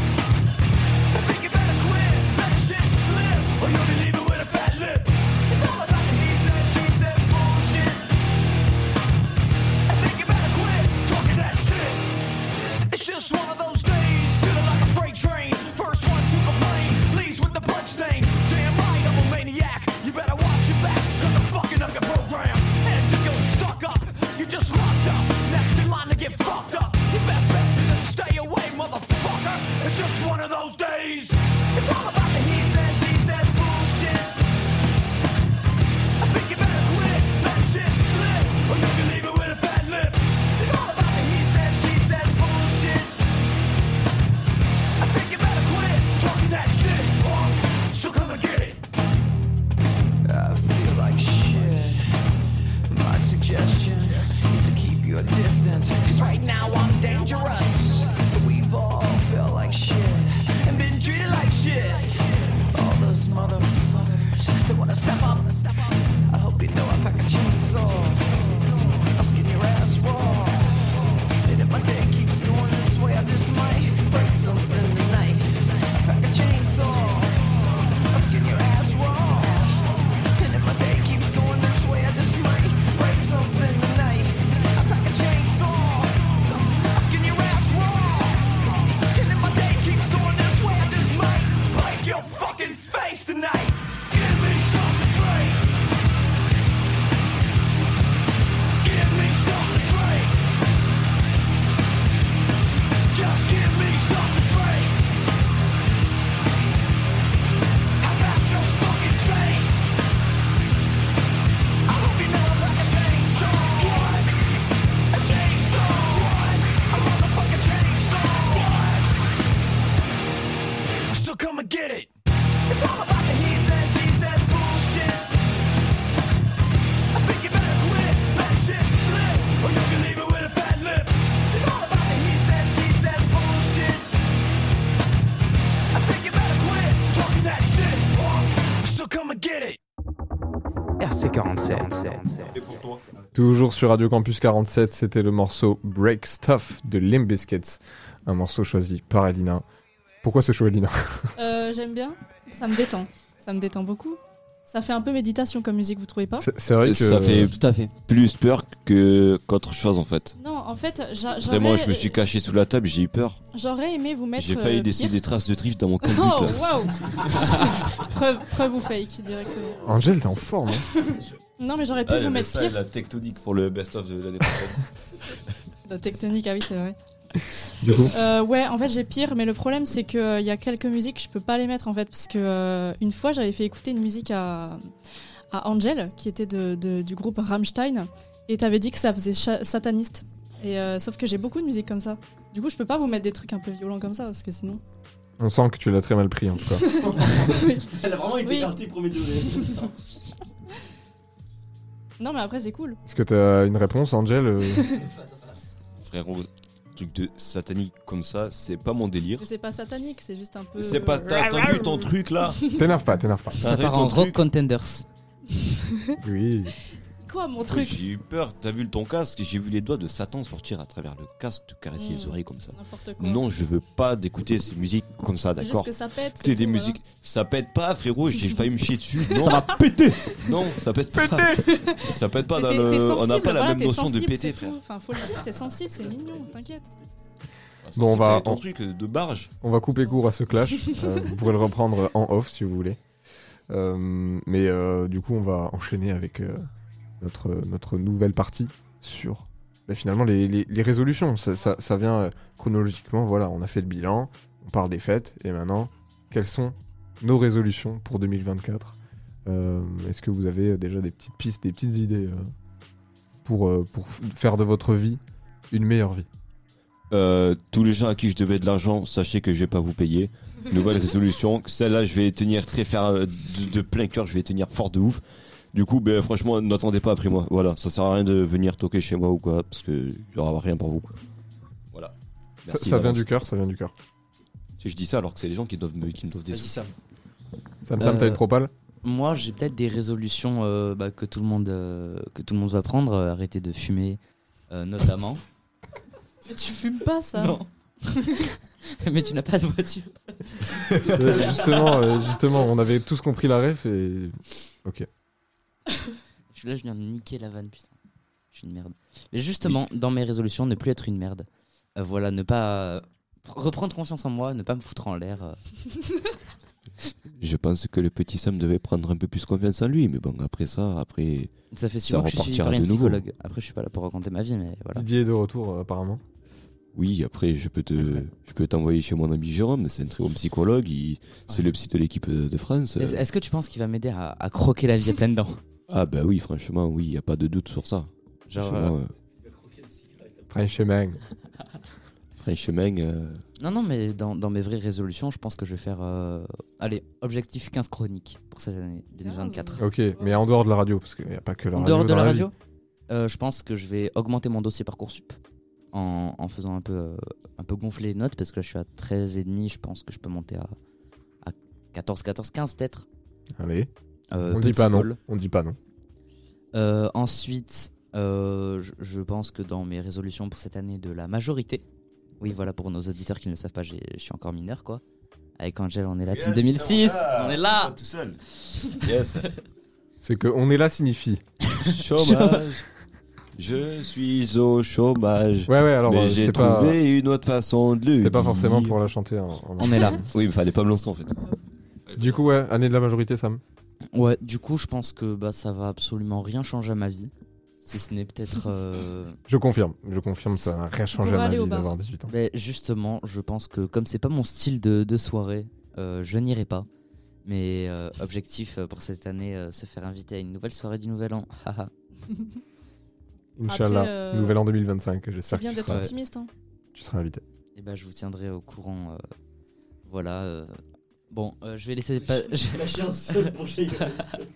Et pour toi. Toujours sur Radio Campus quarante-sept, c'était le morceau Break Stuff de Limp Bizkit, un morceau choisi par Elina. Pourquoi ce choix, Elina? Euh, J'aime bien, ça me détend, ça me détend beaucoup. Ça fait un peu méditation comme musique, vous trouvez pas? C'est vrai que ça fait tout à fait plus peur que qu'autre chose en fait. Non, en fait, j'a- Vraiment, j'aurais- je me suis caché sous la table, j'ai eu peur. J'aurais aimé vous mettre. J'ai failli euh, laisser pire. des traces de drift dans mon calbut. Oh, là. waouh Preuve, preuve ou fake directement. Angèle, t'es en forme. Hein. Non, mais j'aurais pu Ah, il y vous avait mettre ça et pire. la tectonique pour le best-of de l'année prochaine. La tectonique, ah oui, c'est vrai. Du coup Euh, ouais, en fait j'ai pire, mais le problème c'est qu'il euh, y a quelques musiques, je peux pas les mettre en fait, parce que euh, une fois j'avais fait écouter une musique à, à Angel, qui était de, de- du groupe Rammstein, et t'avais dit que ça faisait cha- sataniste. Et euh, sauf que j'ai beaucoup de musique comme ça. Du coup, je peux pas vous mettre des trucs un peu violents comme ça, parce que sinon. On sent que tu l'as très mal pris en tout cas. Oui. Elle a vraiment été Oui. écartée premier degré. Non, mais après c'est cool. Est-ce que t'as une réponse, Angel euh Frérot, truc de satanique comme ça, c'est pas mon délire. Mais c'est pas satanique, c'est juste un peu. C'est pas. T'as entendu ton truc là? T'énerve pas, t'énerve pas. Ça part en rock contenders. Oui. Quoi, mon truc? J'ai eu peur, t'as vu ton casque, j'ai vu les doigts de Satan sortir à travers le casque, te caresser Mmh, les oreilles comme ça. n'importe quoi. Non, je veux pas d'écouter ces musiques comme ça, C'est d'accord? juste que ça pète, C'est c'est des tout, musiques. Ça pète pas, frérot, j'ai failli me chier dessus. Non. Ça va péter. Non, ça pète pas. Ça pète pas Mais dans t'es- le. t'es On n'a sensible, pas la voilà, même t'es notion de sensible, péter, c'est frère. tout. Enfin, faut le dire, t'es sensible, c'est mignon, t'inquiète. Bon, on C'est va, ton on, truc de barge. on va couper court à ce clash. Euh, vous pourrez le reprendre en off si vous voulez. Euh, mais euh, du coup, on va enchaîner avec euh, notre, notre nouvelle partie sur bah, finalement les, les, les résolutions. Ça, ça, ça vient euh, chronologiquement. Voilà, on a fait le bilan, on parle des fêtes. Et maintenant, quelles sont nos résolutions pour deux mille vingt-quatre? Euh, Est-ce que vous avez déjà des petites pistes, des petites idées euh, pour, euh, pour f- faire de votre vie une meilleure vie? Euh, tous les gens à qui je devais de l'argent, sachez que je vais pas vous payer. Nouvelle résolution. Celle-là, je vais tenir très faire euh, de, de plein cœur, je vais tenir fort de ouf. Du coup, ben, franchement, n'attendez pas après moi. Voilà, ça sert à rien de venir toquer chez moi ou quoi, parce que il y aura rien pour vous. Voilà. Ça, Merci ça vient d'avance. du cœur, ça vient du cœur. Si je dis ça alors que c'est les gens qui doivent me, qui me doivent des Vas-y, sous. Sam. Sam, Sam, t'as une propale? Moi, j'ai peut-être des résolutions euh, bah, que tout le monde euh, que tout le monde va prendre. euh, arrêter de fumer, euh, notamment. Mais tu fumes pas ça? Non. Mais tu n'as pas de voiture. Euh, justement, euh, justement, on avait tous compris la ref et. Ok. Je suis là, je viens de niquer la vanne, putain. Je suis une merde. Mais justement, dans mes résolutions, ne plus être une merde. Euh, voilà, ne pas euh, reprendre confiance en moi, ne pas me foutre en l'air. euh. Je pense que le petit Sam devait prendre un peu plus confiance en lui, mais bon, après ça, après. Ça fait six mois que je suis suivi repartira par une de nouveau. psychologue. Après, je suis pas là pour raconter ma vie, mais voilà. Didier est de retour, euh, apparemment. Oui, après, je peux te, je peux t'envoyer chez mon ami Jérôme, c'est un très bon psychologue, il- c'est le psy de l'équipe de France. Est-ce est-ce que tu penses qu'il va m'aider à, à croquer la vie à pleines dents? Ah bah oui, franchement, oui, y a pas de doute sur ça. Genre, Franchement, euh, euh, Franchement. franchement, euh, Non, non, mais dans, dans mes vraies résolutions, je pense que je vais faire. euh, Allez, objectif quinze chroniques pour cette année deux mille vingt-quatre. Ok, mais en dehors de la radio, parce qu'il n'y a pas que la En radio. dehors de dans la vie. radio, euh, je pense que je vais augmenter mon dossier Parcoursup en, en faisant un peu, euh, un peu gonfler les notes parce que là je suis à treize virgule cinq. Je pense que je peux monter à, à quatorze, quatorze, quinze peut-être. Allez. Euh, on dit petit pas non. bol. On dit pas non. Euh, ensuite, euh, je, je pense que dans mes résolutions pour cette année de la majorité, oui voilà pour nos auditeurs qui ne le savent pas, j'ai- je suis encore mineur quoi. Avec Angel, on est là, team deux mille six, on est là. tout seul. Yes. C'est que on est là signifie. Chômage. Je suis au chômage. Ouais, ouais, alors, Mais euh, j'ai c'était pas- trouvé une autre façon de le C'était pas dire. forcément pour la chanter. en- en- On est là. Oui, mais fallait pas me lancer en fait. Du coup, ouais, année de la majorité, Sam. Ouais, du coup, je pense que bah, ça va absolument rien changer à ma vie. Si ce n'est peut-être. euh, Je confirme, je confirme, ça n'a rien changé à ma vie d'avoir dix-huit ans. Ben, justement, je pense que comme c'est pas mon style de, de soirée, euh, je n'irai pas. Mais euh, objectif euh, pour cette année, euh, se faire inviter à une nouvelle soirée du Nouvel An. Haha. Inch'Allah, Après, euh, nouvel an deux mille vingt-cinq, C'est j'espère bien que tu d'être seras, optimiste. Hein. tu seras invité. Et ben, je vous tiendrai au courant. euh, voilà. euh, Bon, euh, je vais laisser. pas- je- Lâcher un seul pour que je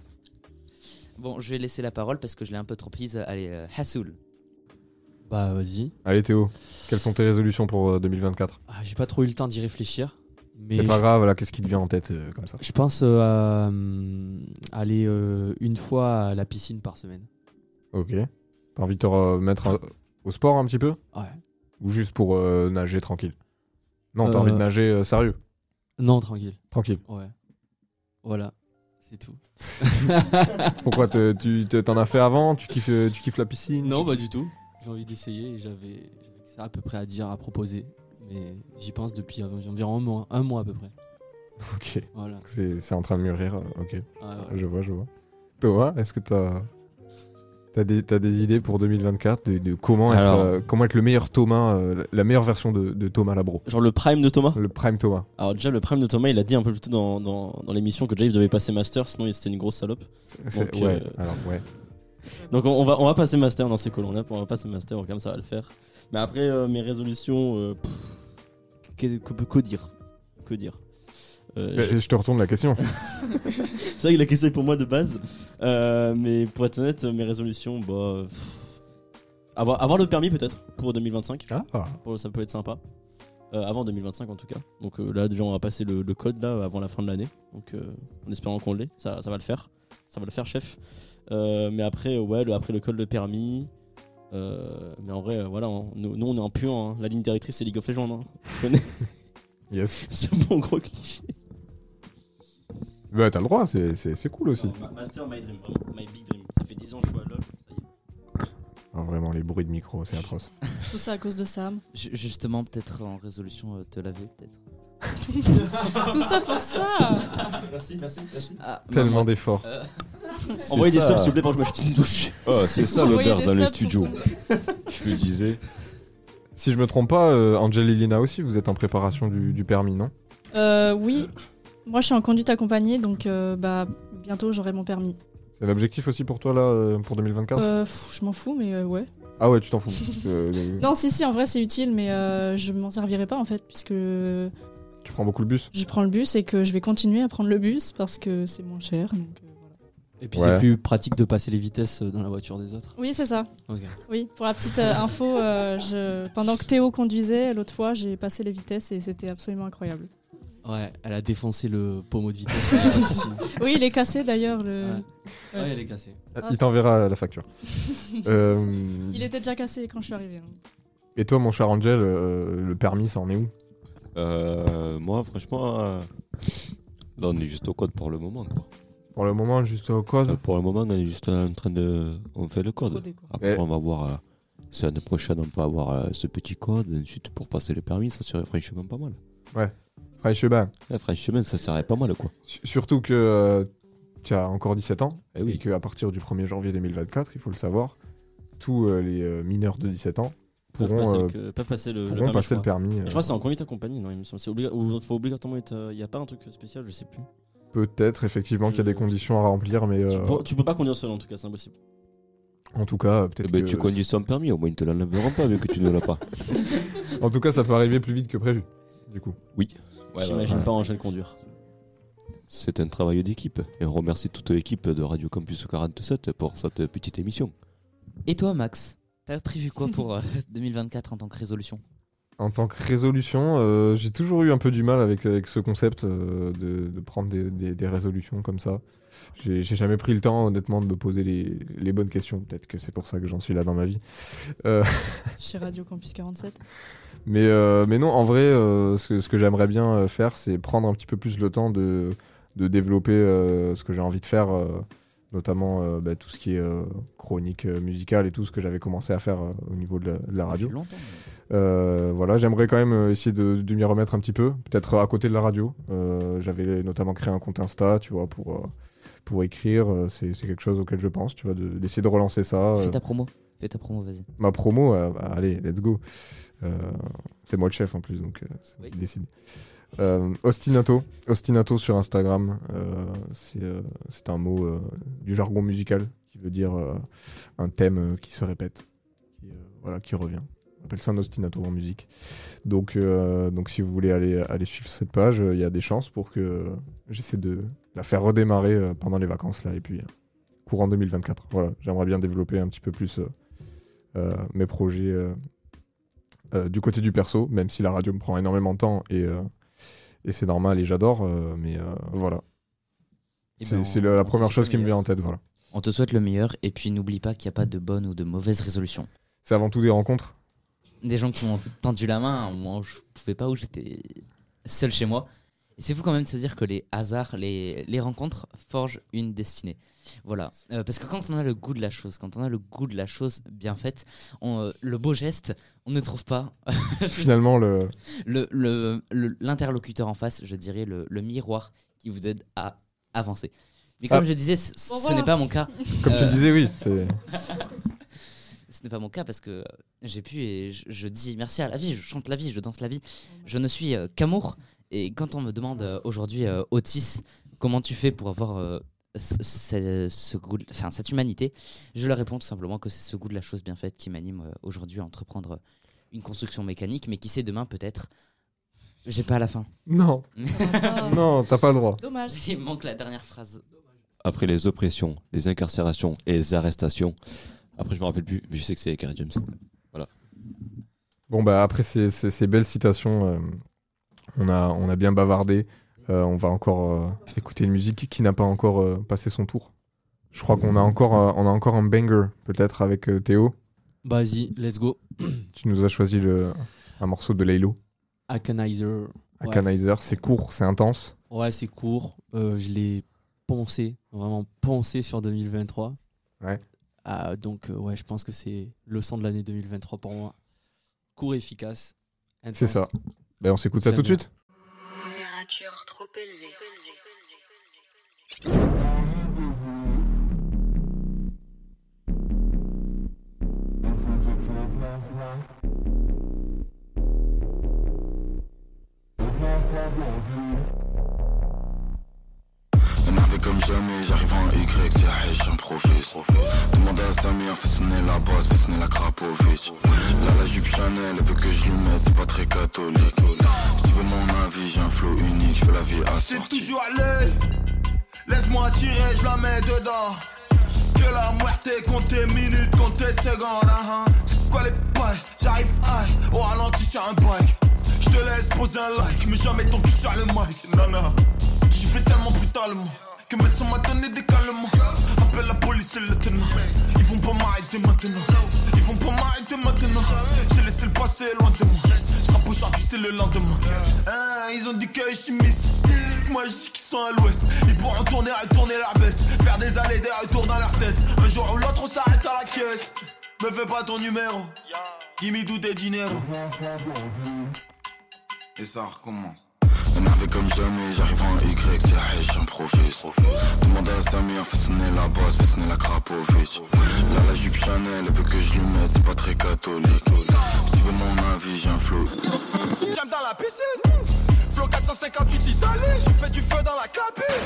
Bon, je vais laisser la parole parce que je l'ai un peu trop prise. Allez, euh, Hassoul. Bah vas-y. Allez Théo, quelles sont tes résolutions pour euh, deux mille vingt-quatre? Ah, j'ai pas trop eu le temps d'y réfléchir. Mais C'est pas je- grave, là, qu'est-ce qui te vient en tête euh, comme ça? Je pense euh, à, hum, aller euh, une fois à la piscine par semaine. Ok. T'as envie de te remettre un- au sport un petit peu? Ouais. Ou juste pour euh, nager tranquille? Non, t'as Euh, envie de nager euh, sérieux? Non, tranquille. Tranquille. Ouais. Voilà, c'est tout. Pourquoi te- tu te- t'en as fait avant? Tu kiffes, tu kiffes la piscine? Non, pas du tout. J'ai envie d'essayer et j'avais j'avais ça à peu près à dire, à proposer. Mais j'y pense depuis environ un mois, un mois à peu près. Ok. Voilà. C'est c'est en train de mûrir. euh, Ok. Ah, voilà. Je vois, je vois. Thomas, est-ce que t'as t'as des, t'as des idées pour deux mille vingt-quatre de, de comment, être, Alors- euh, comment être le meilleur Thomas, euh, la meilleure version de, de Thomas Labro? Genre le prime de Thomas? Le prime Thomas. Alors déjà le prime de Thomas, il a dit un peu plus tôt dans, dans, dans l'émission que déjà il devait passer master, sinon il- c'était une grosse salope. c'est- Donc, ouais, alors, ouais. Donc on, on va, on va passer master dans ces colons-là, on va passer master, comme ça va le faire. Mais après euh, mes résolutions, euh, pff, que, que, que dire Que dire Euh, Euh, Je te retourne la question. C'est vrai que la question est pour moi de base. Euh, mais pour être honnête, mes résolutions, bah, pff, avoir, avoir le permis peut-être pour deux mille vingt-cinq. Ah. Pour- ça peut être sympa. Euh, avant deux mille vingt-cinq en tout cas. Donc euh, là déjà on va passer le, le code là avant la fin de l'année. Donc euh, en espérant qu'on l'ait, ça, ça va le faire. Ça va le faire chef. Euh, mais après ouais, le, après le code de permis. Euh, mais en vrai euh, voilà, hein, nous, nous on est en puant. Hein. La ligne directrice c'est League of Legends. Hein. Tu connais? Yes. C'est un bon gros cliché. Bah, t'as le droit, c'est c'est- c'est cool aussi. Ma- Master my dream, vraiment, my big dream. Ça fait dix ans que je joue à LoL, ça y est. Ah, vraiment, les bruits de micro, c'est atroce. Tout ça à cause de Sam. Ju- Justement, peut-être en résolution, euh, te laver, peut-être. Tout ça pour ça. Merci, merci, merci. Ah, Tellement maman. d'efforts. Euh, C'est Envoyez des ça. subs s'il vous plaît pour que je m'achète une douche. Oh, c'est ça Envoyez l'odeur des dans le subs studio. pour Je le disais. Si je me trompe pas, euh, Angel et Lina aussi, vous êtes en préparation du, du permis, non? Euh, oui, moi je suis en conduite accompagnée, donc euh, bah, bientôt j'aurai mon permis. C'est l'objectif aussi pour toi là, euh, pour deux mille vingt-quatre? Euh, pff, je m'en fous, mais euh, ouais. Ah ouais, tu t'en fous. Euh, euh, Non, si, si, en vrai c'est utile, mais euh, je m'en servirai pas en fait, puisque Tu prends beaucoup le bus? je prends le bus et que je vais continuer à prendre le bus parce que c'est moins cher. Donc, euh, voilà. Et puis Ouais. c'est plus pratique de passer les vitesses dans la voiture des autres. Oui, c'est ça. Ok. Oui, pour la petite euh, info, euh, je... pendant que Théo conduisait, l'autre fois, j'ai passé les vitesses et c'était absolument incroyable. Ouais, elle a défoncé le pommeau de vitesse. y a pas de souci. Oui, il est cassé d'ailleurs. Le... Ouais. Ouais. Ouais, elle est cassée. Ah, Ah, il c'est- t'enverra la facture. Euh, Il était déjà cassé quand je suis arrivée. hein. Et toi, mon cher Angel, euh, le permis, ça en est où? Euh, moi, franchement, euh, là, on est juste au code pour le moment. Quoi. Pour le moment, juste au code? Euh, Pour le moment, on est juste en train de. On fait le code. Coder, quoi. Après, Eh. on va voir. euh, si l'année prochaine, on peut avoir euh, ce petit code. Ensuite, pour passer le permis, ça serait franchement pas mal. Ouais. Franchement. Ouais, franchement, ça serait pas mal, quoi. S- Surtout que euh, tu as encore dix-sept ans, Eh oui. et qu'à partir du premier janvier deux mille vingt-quatre, il faut le savoir, tous euh, les euh, mineurs de dix-sept ans Peuvent pourront, passer, euh, le, que- peuvent passer le, le pourront permis. passer je le crois. permis. Je euh, crois que c'est en conduite accompagnée, non? Il me semble. C'est obliga- ou faut obligatoirement être. Il n'y a pas un truc spécial, je sais plus. Peut-être, effectivement, qu'il y a des Je- conditions à remplir, mais Tu, euh, peux, tu peux pas conduire seul en tout cas, c'est impossible. en tout cas, euh, Eh peut-être ben, que... tu conduis sans permis, au moins, ils te l'enlèveront pas, vu que tu ne l'as pas. En tout cas, ça peut arriver plus vite que prévu, du coup. Oui. Ouais, J'imagine ouais. pas Angèle conduire. C'est un travail d'équipe. Et on remercie toute l'équipe de Radio Campus quarante-sept pour cette petite émission. Et toi, Max, t'as prévu quoi pour euh, deux mille vingt-quatre en tant que résolution? En tant que résolution, euh, j'ai toujours eu un peu du mal avec, avec ce concept euh, de, de prendre des, des- des résolutions comme ça. J'ai j'ai jamais pris le temps, honnêtement, de me poser les, les bonnes questions. Peut-être que c'est pour ça que j'en suis là dans ma vie. Euh, Chez Radio Campus quarante-sept. mais, euh, mais non, en vrai, euh, ce que, ce que j'aimerais bien euh, faire, c'est prendre un petit peu plus le temps de, de développer euh, ce que j'ai envie de faire, euh, notamment euh, bah, tout ce qui est euh, chronique euh, musicale et tout ce que j'avais commencé à faire euh, au niveau de la, de la radio. Depuis longtemps. Euh, voilà, j'aimerais quand même euh, essayer de, de m'y remettre un petit peu, peut-être à côté de la radio. Euh, j'avais notamment créé un compte Insta, tu vois, pour, euh, pour écrire. Euh, c'est, c'est quelque chose auquel je pense, tu vois, de- d'essayer de relancer ça. Fais euh. ta promo. Fais ta promo, vas-y. Ma promo, euh, bah, allez, let's go. Euh, c'est moi le chef en plus, donc euh, c'est moi Oui. qui décide. Euh, Ostinato, Ostinato sur Instagram, euh, c'est, euh, c'est un mot euh, du jargon musical qui veut dire euh, un thème euh, qui se répète, qui, euh, voilà, qui revient. On appelle ça un ostinato en musique. Donc, euh, donc si vous voulez aller, aller suivre cette page, il y a des chances pour que euh, j'essaie de la faire redémarrer euh, pendant les vacances là, et puis euh, courant deux mille vingt-quatre. Voilà, j'aimerais bien développer un petit peu plus euh, euh, mes projets euh, euh, du côté du perso, même si la radio me prend énormément de temps et, euh, et c'est normal et j'adore, euh, mais euh, voilà. Eh C'est ben, c'est on- la, la on te première souhaite chose le qui me meilleur. vient en tête, voilà. On te souhaite le meilleur et puis n'oublie pas qu'il n'y a pas de bonne ou de mauvaise résolution. C'est avant tout des rencontres. Des gens qui m'ont tendu la main, au moment où je pouvais pas, où j'étais seul chez moi. Et c'est fou quand même de se dire que les hasards, les, les rencontres forgent une destinée. Voilà. Euh, parce que quand on a le goût de la chose, quand on a le goût de la chose bien faite, on, euh, le beau geste, on ne trouve pas. Finalement, le... Le, le, le- l'interlocuteur en face, je dirais le, le miroir qui vous aide à avancer. Mais comme Ah. je disais, c- Bon, ce voilà. n'est pas mon cas. Comme tu Euh, disais, oui. C'est... Ce n'est pas mon cas parce que j'ai pu et je, je dis merci à la vie, je chante la vie, je danse la vie. Je ne suis euh, qu'amour. Et quand on me demande euh, aujourd'hui, euh, Otis, comment tu fais pour avoir euh, ce, ce- ce goût, de- enfin cette humanité, je leur réponds tout simplement que c'est ce goût de la chose bien faite qui m'anime euh, aujourd'hui à entreprendre une construction mécanique, mais qui sait demain peut-être. J'ai pas la fin. Non. Non, t'as pas le droit. Dommage. Il me manque la dernière phrase. Après les oppressions, les incarcérations et les arrestations, après je me rappelle plus, mais je sais que c'est Kerry James. Voilà. Bon, bah, après ces, ces- ces belles citations, euh, on, a, on a bien bavardé. Euh, on va encore euh, écouter une musique qui n'a pas encore euh, passé son tour. Je crois qu'on a encore, euh, on a encore un banger, peut-être, avec euh, Théo. Vas-y, let's go. Tu nous as choisi le, un morceau de Laylo. Akanizer. Akanizer, c'est court, c'est intense. Ouais, c'est court. Euh, je l'ai poncé, vraiment poncé sur deux mille vingt-trois. Ouais. Ah, donc, euh, ouais, je pense que c'est le son de l'année deux mille vingt-trois pour moi. Court, efficace. Intense. C'est ça. Ben, on s'écoute ça J'aime tout de bien. suite. Température trop élevée. Énervé comme jamais, j'arrive en Y, c'est H, j'improvise. Demande à Samir, fais sonner la basse, fais sonner la Krapovic. Là, la jupe Chanel, elle veut que je lui mette, c'est pas très catholique. Si tu veux mon avis, j'ai un flow unique, je fais la vie assortie. C'est toujours l'œil. Laisse-moi tirer, je la mets dedans. Que la muerte compte tes minutes, compte tes secondes. hein, hein. C'est quoi les bails? J'arrive high, au ralenti sur un bike. Je te laisse poser un like, mais jamais ton cul sur le mic. Non, non. J'y vais tellement brutalement que mes sons m'a donné des calmants. Appelle la police et le tenant. Ils vont pas m'arrêter maintenant. Ils vont pas m'arrêter maintenant. J'ai laissé le passé loin de moi. Je rappe aujourd'hui, c'est le lendemain. Hein, ils ont dit que je suis mystique. Moi je dis qu'ils sont à l'ouest. Ils pourront tourner, retourner leur veste. Faire des allées, des retours dans leur tête. Un jour ou l'autre, on s'arrête à la caisse. Me fais pas ton numéro. Gimme do des dinero. Et ça recommence. Énervé comme jamais, j'arrive en Y, c'est H, j'improvise. Demande à Samir, fais sonner la basse, fais sonner la Krapovic. Là, la jupe Chanel, elle veut que je lui mette, c'est pas très catholique. Si tu veux mon avis, j'ai un flow. J'aime dans la piscine. Flow quatre cent cinquante-huit Italie. Je fais du feu dans la cabine.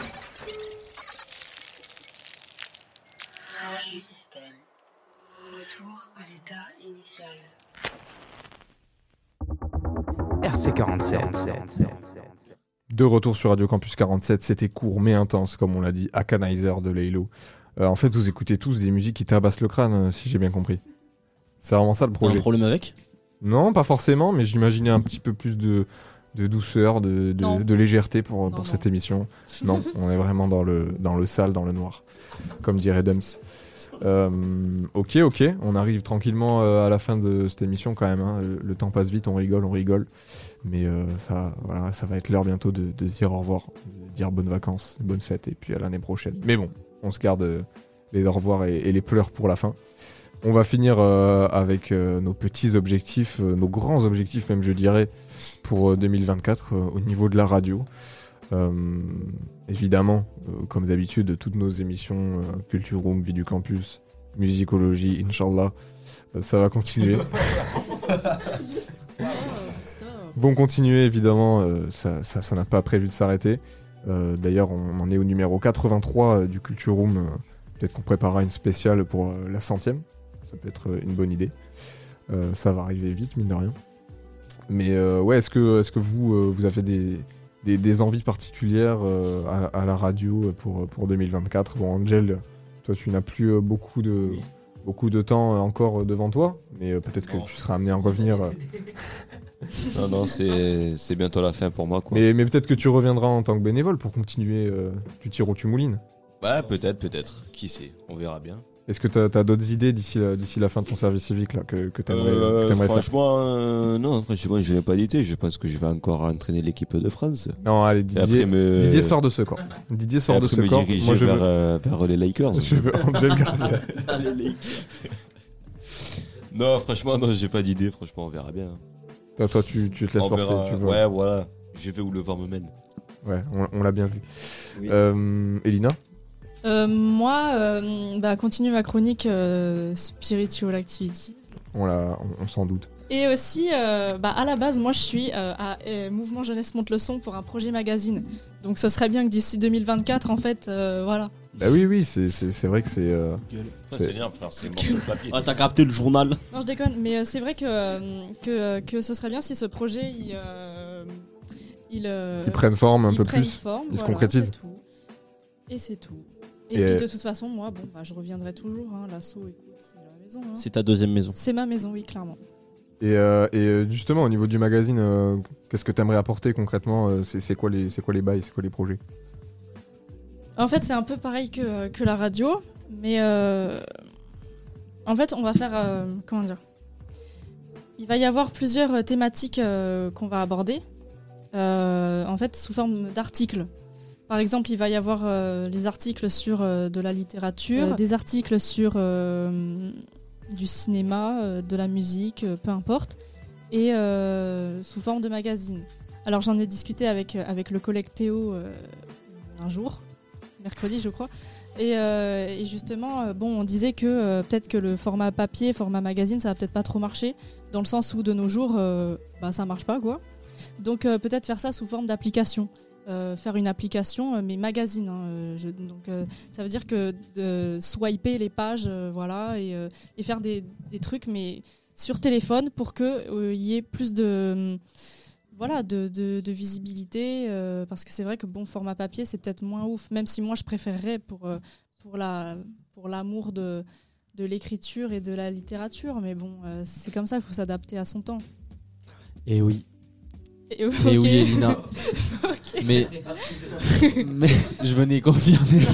Rage du système. Retour à l'état initial. R C quarante-sept. De retour sur Radio Campus quarante-sept, c'était court mais intense, comme on l'a dit, Akanizer de Laylo. Euh, en fait, vous écoutez tous des musiques qui tabassent le crâne, euh, si j'ai bien compris. C'est vraiment ça le projet. T'as un problème avec ? Non, pas forcément, mais j'imaginais un petit peu plus de, de douceur, de, Non. de, de légèreté pour, Non, pour non. cette émission. Non, on est vraiment dans le, dans le sale, dans le noir, comme dirait Dums. Euh, ok, ok, on arrive tranquillement euh, à la fin de cette émission quand même. Hein. Le, le temps passe vite, on rigole, on rigole. Mais euh, ça, voilà, ça va être l'heure bientôt de, de se dire au revoir, de dire bonnes vacances, bonnes fêtes et puis à l'année prochaine. Mais bon, on se garde euh, les au revoir et, et les pleurs pour la fin. On va finir euh, avec euh, nos petits objectifs, euh, nos grands objectifs même je dirais, pour euh, deux mille vingt-quatre euh, au niveau de la radio. Euh, évidemment, euh, comme d'habitude, toutes nos émissions, euh, Culture Room, Vie du Campus, Musicologie, Inch'Allah, euh, ça va continuer. Vont continuer évidemment, euh, ça, ça, ça n'a pas prévu de s'arrêter. Euh, D'ailleurs, on en est au numéro quatre-vingt-trois euh, du Culture Room. Euh, Peut-être qu'on préparera une spéciale pour euh, la centième. Ça peut être euh, une bonne idée. Euh, ça va arriver vite, mine de rien. Mais euh, ouais, est-ce que, est-ce que vous, euh, vous avez des, des, des envies particulières euh, à, à la radio pour, pour deux mille vingt-quatre? Bon, Angel, toi, tu n'as plus euh, beaucoup de, beaucoup de temps euh, encore devant toi, mais euh, peut-être que tu seras amené à en revenir. euh. Non, non, c'est c'est bientôt la fin pour moi, quoi. Mais, mais peut-être que tu reviendras en tant que bénévole pour continuer. euh, tu tires ou tu moulines. Ouais, peut-être, peut-être. Qui sait, on verra bien. Est-ce que t'as as, d'autres idées d'ici la, d'ici la fin de ton service civique là, que, que t'aimerais, Euh, que t'aimerais faire? franchement, euh, non, franchement, je n'ai pas d'idée. Je pense que je vais encore entraîner l'équipe de France. Non, allez, Et Didier, après me- Didier sort de ce corps. Didier sort Et de après ce me corps. diriger Moi, je vers, veux... euh, vers les Lakers. Je veux Angel Garcia. Allez, les- Non, franchement, non, j'ai pas d'idée. Franchement, on verra bien. Toi, toi, tu, tu te laisses On porter. verra. Tu vois. Ouais, voilà. Je vais où le vent me mène. Ouais, on, on l'a bien vu. Oui. Euh, Elina? Euh, moi, euh, bah, continue ma chronique euh, Spiritual Activity. On, l'a, on, on s'en doute. Et aussi, euh, bah, à la base, moi je suis euh, à euh, Mouvement Jeunesse Monte le Son pour un projet magazine. Donc ce serait bien que d'ici deux mille vingt-quatre, en fait, euh, voilà. Bah oui, oui, c'est, c'est, c'est vrai que c'est. Euh, Ça, c'est- c'est bien, frère, c'est morceau de papier. Ah, t'as capté le journal. Non, je déconne, mais euh, c'est vrai que, euh, que, que ce serait bien si ce projet, il... euh, il, euh, Ils prennent forme un il peu prenne plus. forme, Ils se voilà, concrétisent. c'est tout. Et c'est tout. Et, Et puis euh, de toute façon, moi, bon, bah, je reviendrai toujours. Hein, l'assaut, écoute, c'est la maison. Hein. C'est ta deuxième maison. C'est ma maison, oui, clairement. Et, euh, et euh, justement, au niveau du magazine, euh, qu'est-ce que t'aimerais apporter concrètement? euh, c'est, c'est, quoi les, c'est quoi les bails? C'est quoi les projets? En fait, c'est un peu pareil que, que la radio, mais euh, en fait, on va faire. euh, comment dire? Il va y avoir plusieurs euh, thématiques euh, qu'on va aborder, euh, en fait, sous forme d'articles. Par exemple, il va y avoir euh, les articles sur euh, de la littérature, euh, des articles sur euh, du cinéma, euh, de la musique, euh, peu importe, et euh, sous forme de magazine. Alors, j'en ai discuté avec, avec le collègue Théo euh, un jour. Mercredi, je crois. Et, euh, et justement, euh, bon, on disait que euh, peut-être que le format papier, format magazine, ça va peut-être pas trop marcher, dans le sens où de nos jours, euh, bah, ça marche pas, quoi. Donc euh, peut-être faire ça sous forme d'application. Euh, faire une application, euh, mais magazine. Hein, euh, je- donc euh, ça veut dire que de swiper les pages, euh, voilà, et, euh, et faire des, des trucs, mais sur téléphone, pour qu'il euh, y ait plus de... Voilà, de, de, de visibilité, euh, parce que c'est vrai que bon, format papier, c'est peut-être moins ouf, même si moi je préférerais pour, euh, pour, la, pour l'amour de, de l'écriture et de la littérature, mais bon, euh, c'est comme ça, il faut s'adapter à son temps. Et oui. Et, Et ok. oui, Elina. Ok. mais, mais je venais confirmer.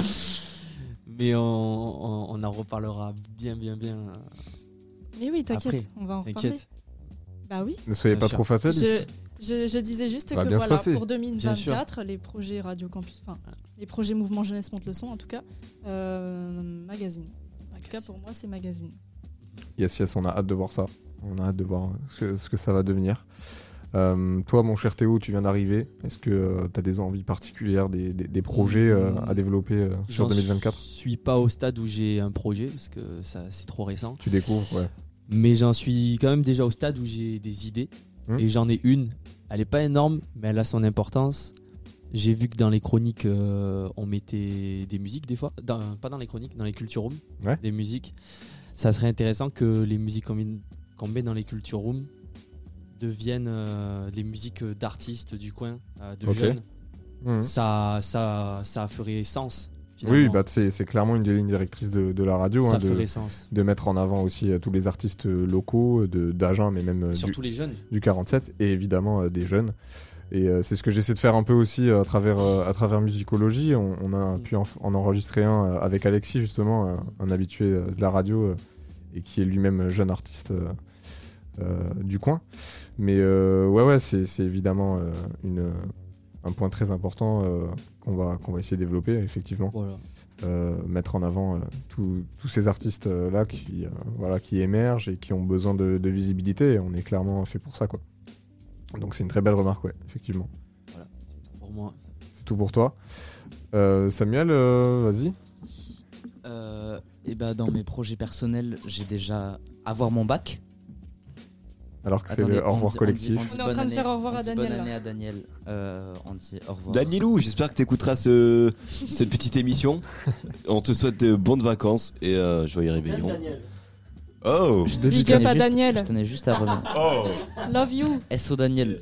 mais on, on, on en reparlera bien, bien, bien. Mais oui, t'inquiète, après. on va en T'inquiète. reparler. Bah oui. Ne soyez Bien pas sûr. trop fataliste. Je, je, je disais juste Ça va que bien se voilà, passer. pour deux mille Bien sûr. vingt-quatre, les projets Radio Campus, enfin, les projets Mouvement Jeunesse Monte le Son, en tout cas, euh, magazine. En tout cas, pour moi, c'est magazine. Yes, yes, on a hâte de voir ça. On a hâte de voir ce que, ce que ça va devenir. Euh, toi, mon cher Théo, tu viens d'arriver. Est-ce que tu as des envies particulières, des, des, des projets euh, à développer euh, sur J'en deux mille vingt-quatre? suis pas au stade où j'ai un projet, parce que ça, c'est trop récent. Tu découvres, ouais. Mais j'en suis quand même déjà au stade où j'ai des idées. Mmh. Et j'en ai une. Elle est pas énorme, mais elle a son importance. J'ai vu que dans les chroniques, euh, on mettait des musiques des fois. Dans- pas dans les chroniques, dans les culture rooms. Ouais. Des musiques. Ça serait intéressant que les musiques qu'on met, qu'on met dans les culture rooms deviennent euh, les musiques d'artistes du coin, euh, de Ok. jeunes. Mmh. Ça, ça, ça ferait sens. Finalement. Oui, bah, c'est, c'est clairement une des lignes directrices de, de la radio. Ça hein, de, ferait sens. de mettre en avant aussi euh, tous les artistes euh, locaux, de, d'Agen, mais même euh, Surtout du, les jeunes. du quarante-sept, et évidemment euh, des jeunes. Et euh, c'est ce que j'essaie de faire un peu aussi euh, à travers, euh, à travers Musicologie. On, on a pu en, en enregistrer un euh, avec Alexis, justement, un, un habitué euh, de la radio, euh, et qui est lui-même jeune artiste euh, euh, du coin. Mais euh, ouais, ouais, c'est, c'est évidemment euh, une, un point très important euh, qu'on va, qu'on va essayer de développer, effectivement. Voilà. Euh, mettre en avant euh, tous tous ces artistes euh, là qui, euh, voilà, qui émergent et qui ont besoin de, de visibilité, et on est clairement fait pour ça, quoi. Donc c'est une très belle remarque, ouais, effectivement. Voilà, c'est tout pour moi. C'est tout pour toi. Euh, Samuel, euh, vas-y. Euh, et bah dans mes projets personnels, j'ai déjà avoir mon bac. Alors que c'est Attendez, le au on revoir dit- on collectif. dit- On est en bonne train de année- faire au revoir on à dit Daniel, Bonne là. année à Daniel. Euh, on dit au revoir. Danielou, j'espère que tu écouteras ce, cette petite émission. On te souhaite de bonnes vacances et euh, joyeux réveillon. Oh, Je Big tenais up à juste- Daniel. Je tenais juste à revenir. Oh. Love you. S O Daniel.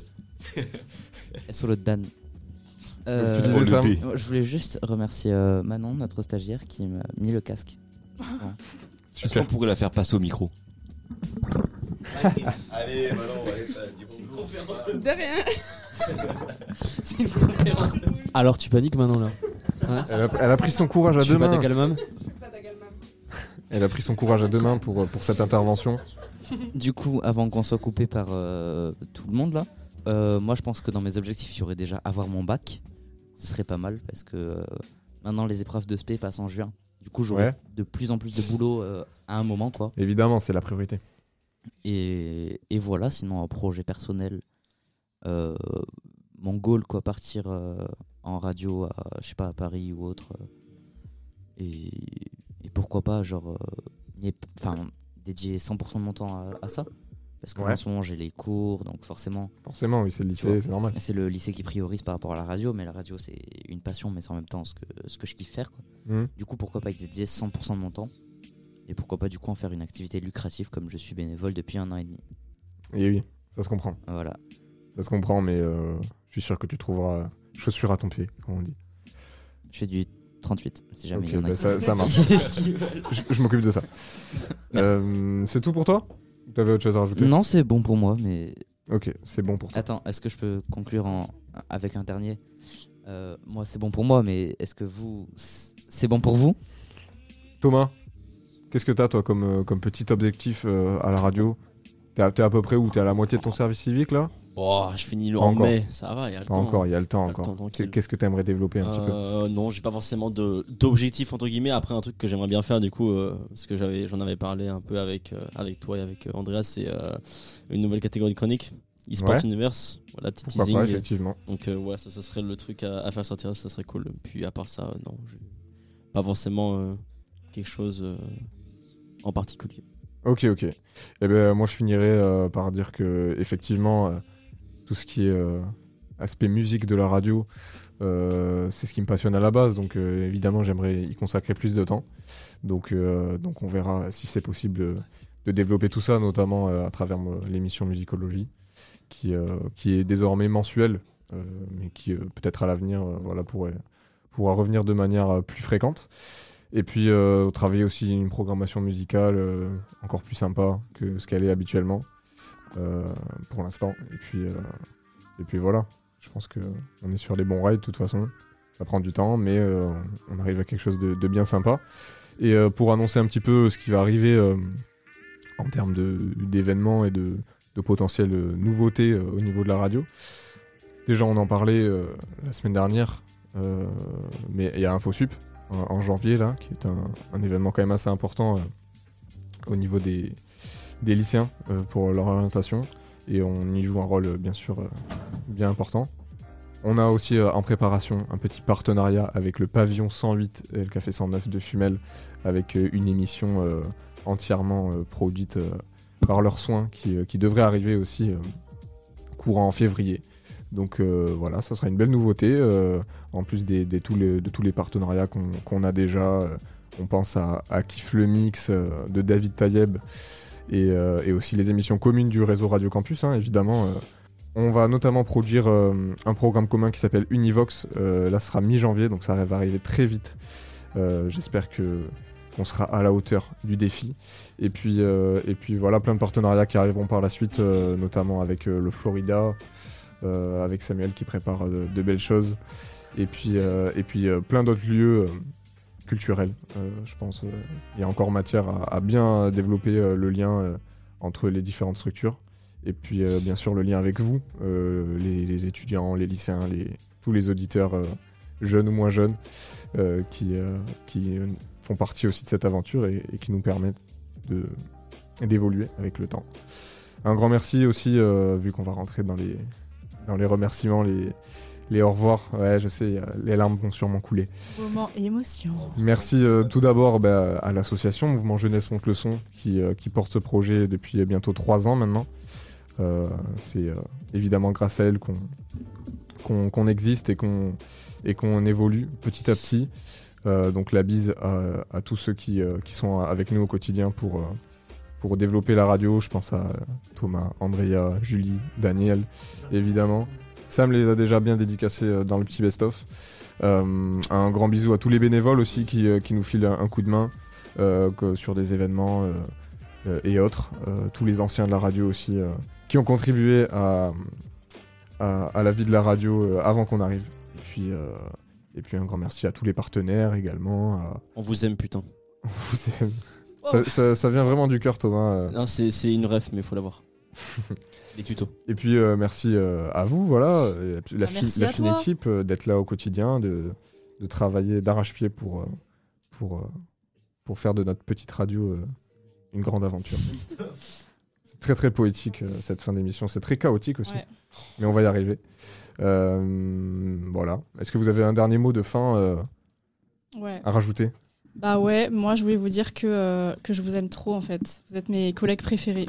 S O le Dan. Euh, tu disais, Sam. D. Je voulais juste remercier euh, Manon, notre stagiaire, qui m'a mis le casque. Est-ce qu'on pourrait la faire passer au micro? Allez, Manon, allez, dis bonjour. De rien. C'est une conférence de... Alors tu paniques maintenant là. Elle a, elle a pris son courage à Tu deux fais pas mains. d'agalmam Elle a pris son courage à deux mains pour, pour cette intervention. Du coup, avant qu'on soit coupé par euh, tout le monde là, euh, moi je pense que dans mes objectifs, il y aurait déjà avoir mon bac. Ce serait pas mal parce que euh, maintenant les épreuves de spé passent en juin. Du coup, j'aurai Ouais. de plus en plus de boulot euh, à un moment quoi. Évidemment, c'est la priorité. Et, et voilà, sinon en projet personnel, euh, mon goal quoi, partir euh, en radio, à, je sais pas, à Paris ou autre. euh, et, et pourquoi pas, genre, euh, mais- enfin, dédier cent pour cent de mon temps à, à ça. Parce que Ouais. en ce moment j'ai les cours, donc forcément. Forcément, oui, c'est le tu lycée, vois, c'est normal. C'est le lycée qui priorise par rapport à la radio, mais la radio c'est une passion, mais c'est en même temps ce que, ce que je kiffe faire. Quoi. Mhm. Du coup, pourquoi pas y dédier cent pour cent de mon temps. Et pourquoi pas du coup en faire une activité lucrative comme je suis bénévole depuis un an et demi. Et oui, ça se comprend. Voilà. Ça se comprend, mais euh, je suis sûr que tu trouveras chaussure à ton pied, comme on dit. Je fais du trente-huit, si jamais Ok, il y en a bah qui- ça, ça marche. je je m'occupe de ça. Euh, c'est tout pour toi? Ou t'avais autre chose à rajouter? Non, c'est bon pour moi, mais. Ok, c'est bon pour toi. Attends, est-ce que je peux conclure en... avec un dernier Euh, Moi, c'est bon pour moi, mais est-ce que vous. C'est bon pour vous? Thomas, qu'est-ce que t'as toi comme, euh, comme petit objectif euh, à la radio? T'es à, t'es à peu près où? T'es à la moitié de ton service civique là? Oh, je finis le Pas en encore. mai, ça va, il y a le Pas temps. encore, il y a le temps Il y a le encore. temps, tranquille. Qu'est-ce que t'aimerais développer un petit peu? Euh, non, j'ai pas forcément de d'objectif entre guillemets. Après, un truc que j'aimerais bien faire du coup, euh, parce que j'avais, j'en avais parlé un peu avec euh, avec toi et avec euh, Andreas, c'est euh, une nouvelle catégorie de chronique, e-sport Ouais. universe. Voilà, petit Pourquoi teasing. pas, effectivement. Donc euh, ouais, ça, ça serait le truc à, à faire sortir, ça serait cool. Puis à part ça, euh, non, j'ai pas forcément euh, quelque chose euh, en particulier. Ok, ok. Eh ben, moi, je finirai euh, par dire que effectivement, euh, tout ce qui est euh, aspect musique de la radio, euh, c'est ce qui me passionne à la base. Donc, euh, évidemment, j'aimerais y consacrer plus de temps. Donc, euh, donc on verra si c'est possible euh, de développer tout ça, notamment euh, à travers euh, l'émission Musicologie, qui, euh, qui est désormais mensuelle, euh, mais qui euh, peut-être à l'avenir, euh, voilà, pourrait pourra revenir de manière euh, plus fréquente. Et puis euh, travailler aussi une programmation musicale euh, encore plus sympa que ce qu'elle est habituellement euh, pour l'instant. Et puis euh, et puis voilà, je pense que on est sur les bons rails de toute façon. Ça prend du temps, mais euh, on arrive à quelque chose de, de bien sympa. Et euh, pour annoncer un petit peu ce qui va arriver euh, en termes de, d'événements et de, de potentielles nouveautés euh, au niveau de la radio. Déjà, on en parlait euh, la semaine dernière, euh, mais il y a InfoSup en, en janvier, là, qui est un, un événement quand même assez important euh, au niveau des, des lycéens euh, pour leur orientation. Et on y joue un rôle, euh, bien sûr, euh, bien important. On a aussi euh, en préparation un petit partenariat avec le Pavillon cent huit et le Café cent neuf de Fumel, avec euh, une émission euh, entièrement euh, produite euh, par leurs soins qui, euh, qui devrait arriver aussi euh, courant en février. Donc euh, voilà, ça sera une belle nouveauté, euh, en plus des, des, tous les, de tous les partenariats qu'on qu'on a déjà. Euh, on pense à, à Kiff le Mix euh, de David Tayeb et, euh, et aussi les émissions communes du réseau Radio Campus, hein, évidemment. Euh, on va notamment produire euh, un programme commun qui s'appelle Univox. Euh, là, ce sera mi-janvier, donc ça va arriver très vite. Euh, J'espère que qu'on sera à la hauteur du défi. Et puis, euh, et puis voilà, plein de partenariats qui arriveront par la suite, euh, notamment avec euh, le Florida, euh, avec Samuel qui prépare euh, de belles choses. Et puis, euh, et puis euh, plein d'autres lieux euh, culturels, euh, je pense. Euh, il y a encore matière à, à bien développer euh, le lien euh, entre les différentes structures. Et puis, euh, bien sûr, le lien avec vous, euh, les, les étudiants, les lycéens, les, tous les auditeurs, euh, jeunes ou moins jeunes, euh, qui, euh, qui euh, font partie aussi de cette aventure et, et qui nous permettent de, d'évoluer avec le temps. Un grand merci aussi, euh, vu qu'on va rentrer dans les, dans les remerciements, les, les au revoir. Ouais, je sais, les larmes vont sûrement couler. Moment émotion. Merci euh, tout d'abord bah, à l'association Mouvement Jeunesse Monte le Son qui, euh, qui porte ce projet depuis bientôt trois ans maintenant. Euh, c'est euh, évidemment grâce à elle qu'on qu'on, qu'on existe et qu'on, et qu'on évolue petit à petit. Euh, donc la bise à, à tous ceux qui, euh, qui sont avec nous au quotidien pour, euh, pour développer la radio. Je pense à Thomas, Andrea, Julie, Daniel, évidemment. Sam les a déjà bien dédicacés dans le petit best-of. Euh, un grand bisou à tous les bénévoles aussi qui, euh, qui nous filent un, un coup de main euh, que, sur des événements euh, euh, et autres. Euh, tous les anciens de la radio aussi euh, qui ont contribué à, à, à la vie de la radio euh, avant qu'on arrive. Et puis, euh, Et puis un grand merci à tous les partenaires également. À... On vous aime, putain. On vous aime. Ça, ça, ça vient vraiment du cœur, Thomas. Non, c'est, c'est une ref, mais il faut l'avoir. Les tutos. Et puis euh, merci euh, à vous, voilà, la, la, Ah, fi- merci la à fine toi. équipe euh, d'être là au quotidien, de, de travailler d'arrache-pied pour, euh, pour, euh, pour faire de notre petite radio euh, une grande aventure. C'est très très poétique euh, cette fin d'émission, c'est très chaotique aussi, Ouais. mais on va y arriver. Euh, voilà. Est-ce que vous avez un dernier mot de fin euh, Ouais. à rajouter? Bah ouais, moi je voulais vous dire que, euh, que je vous aime trop en fait. Vous êtes mes collègues préférés.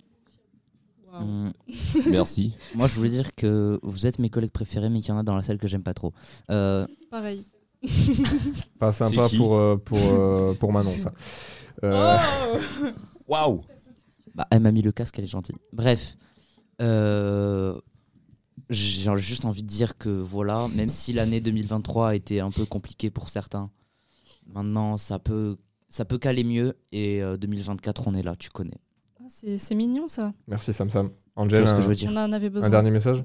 Hum. Merci. Moi, je voulais dire que vous êtes mes collègues préférés, mais qu'il y en a dans la salle que j'aime pas trop. Euh, Pareil. Pas sympa C'est qui pour, euh, pour, euh, pour Manon, ça. Euh, Waouh. Bah, elle m'a mis le casque, elle est gentille. Bref, euh, j'ai juste envie de dire que voilà, même si l'année deux mille vingt-trois a été un peu compliquée pour certains, maintenant ça peut, ça peut caler mieux et euh, deux mille vingt-quatre on est là, tu connais. Ah, c'est, c'est mignon ça. Merci Sam Sam. Tu Angel, vois ce que un, je veux dire. On en avait besoin. un dernier message?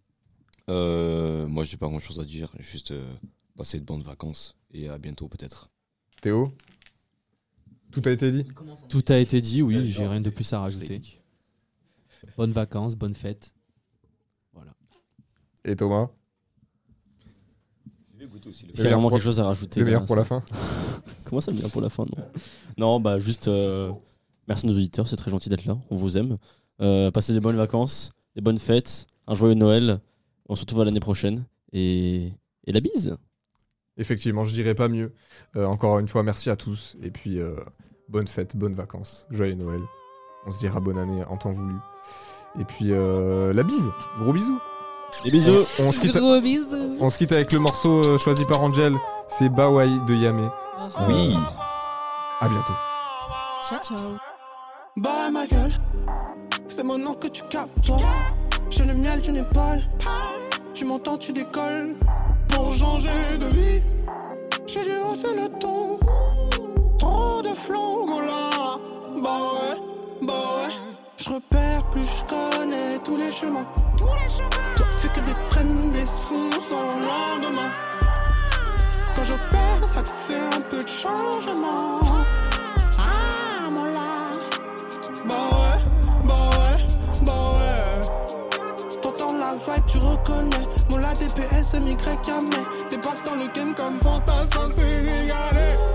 Euh, moi, j'ai pas grand chose à dire. Juste euh, passer de bonnes vacances et à bientôt peut-être. Théo? Tout a été dit? Tout a été dit, oui, j'ai rien de plus à rajouter. Bonnes vacances, bonnes fêtes. Voilà. Et Thomas? Est-ce qu'il y a vraiment quelque chose à rajouter? Le meilleur là, pour ça la fin? Comment ça, le meilleur pour la fin? Non, non bah juste euh, merci à nos auditeurs, c'est très gentil d'être là, on vous aime. Euh, passez des bonnes vacances, des bonnes fêtes, un joyeux Noël. On se retrouve à l'année prochaine et, et la bise. Effectivement, je dirais pas mieux. Euh, encore une fois, merci à tous. Et puis, euh, bonne fête, bonnes vacances, joyeux Noël. On se dira bonne année en temps voulu. Et puis, euh, la bise. Gros bisous. Des bisous. On, on se quitte, Gros bisous. on se quitte avec le morceau euh, choisi par Angel. C'est Bawai de Yamé. Ah. Oui. À bientôt. Ciao, ciao. Barre ma gueule, c'est mon nom que tu captes, toi. J'ai le miel d'une épaule, tu m'entends, tu décolles. Pour changer de vie, j'ai dû hausser le ton. Trop de flow, mon là. Bah ouais, bah ouais. Je repère plus, je connais tous les chemins. Tous les chemins. Toi, fais que des traînes, des sons sans lendemain. Quand j'opère, ça te fait un peu de changement. Ah, mon là. Bah ouais, bah ouais, bah ouais. T'entends la vibe, tu reconnais. Mon la D P S, M Y, Yamé. T'es pas dans le game comme fantasme, c'est régalé.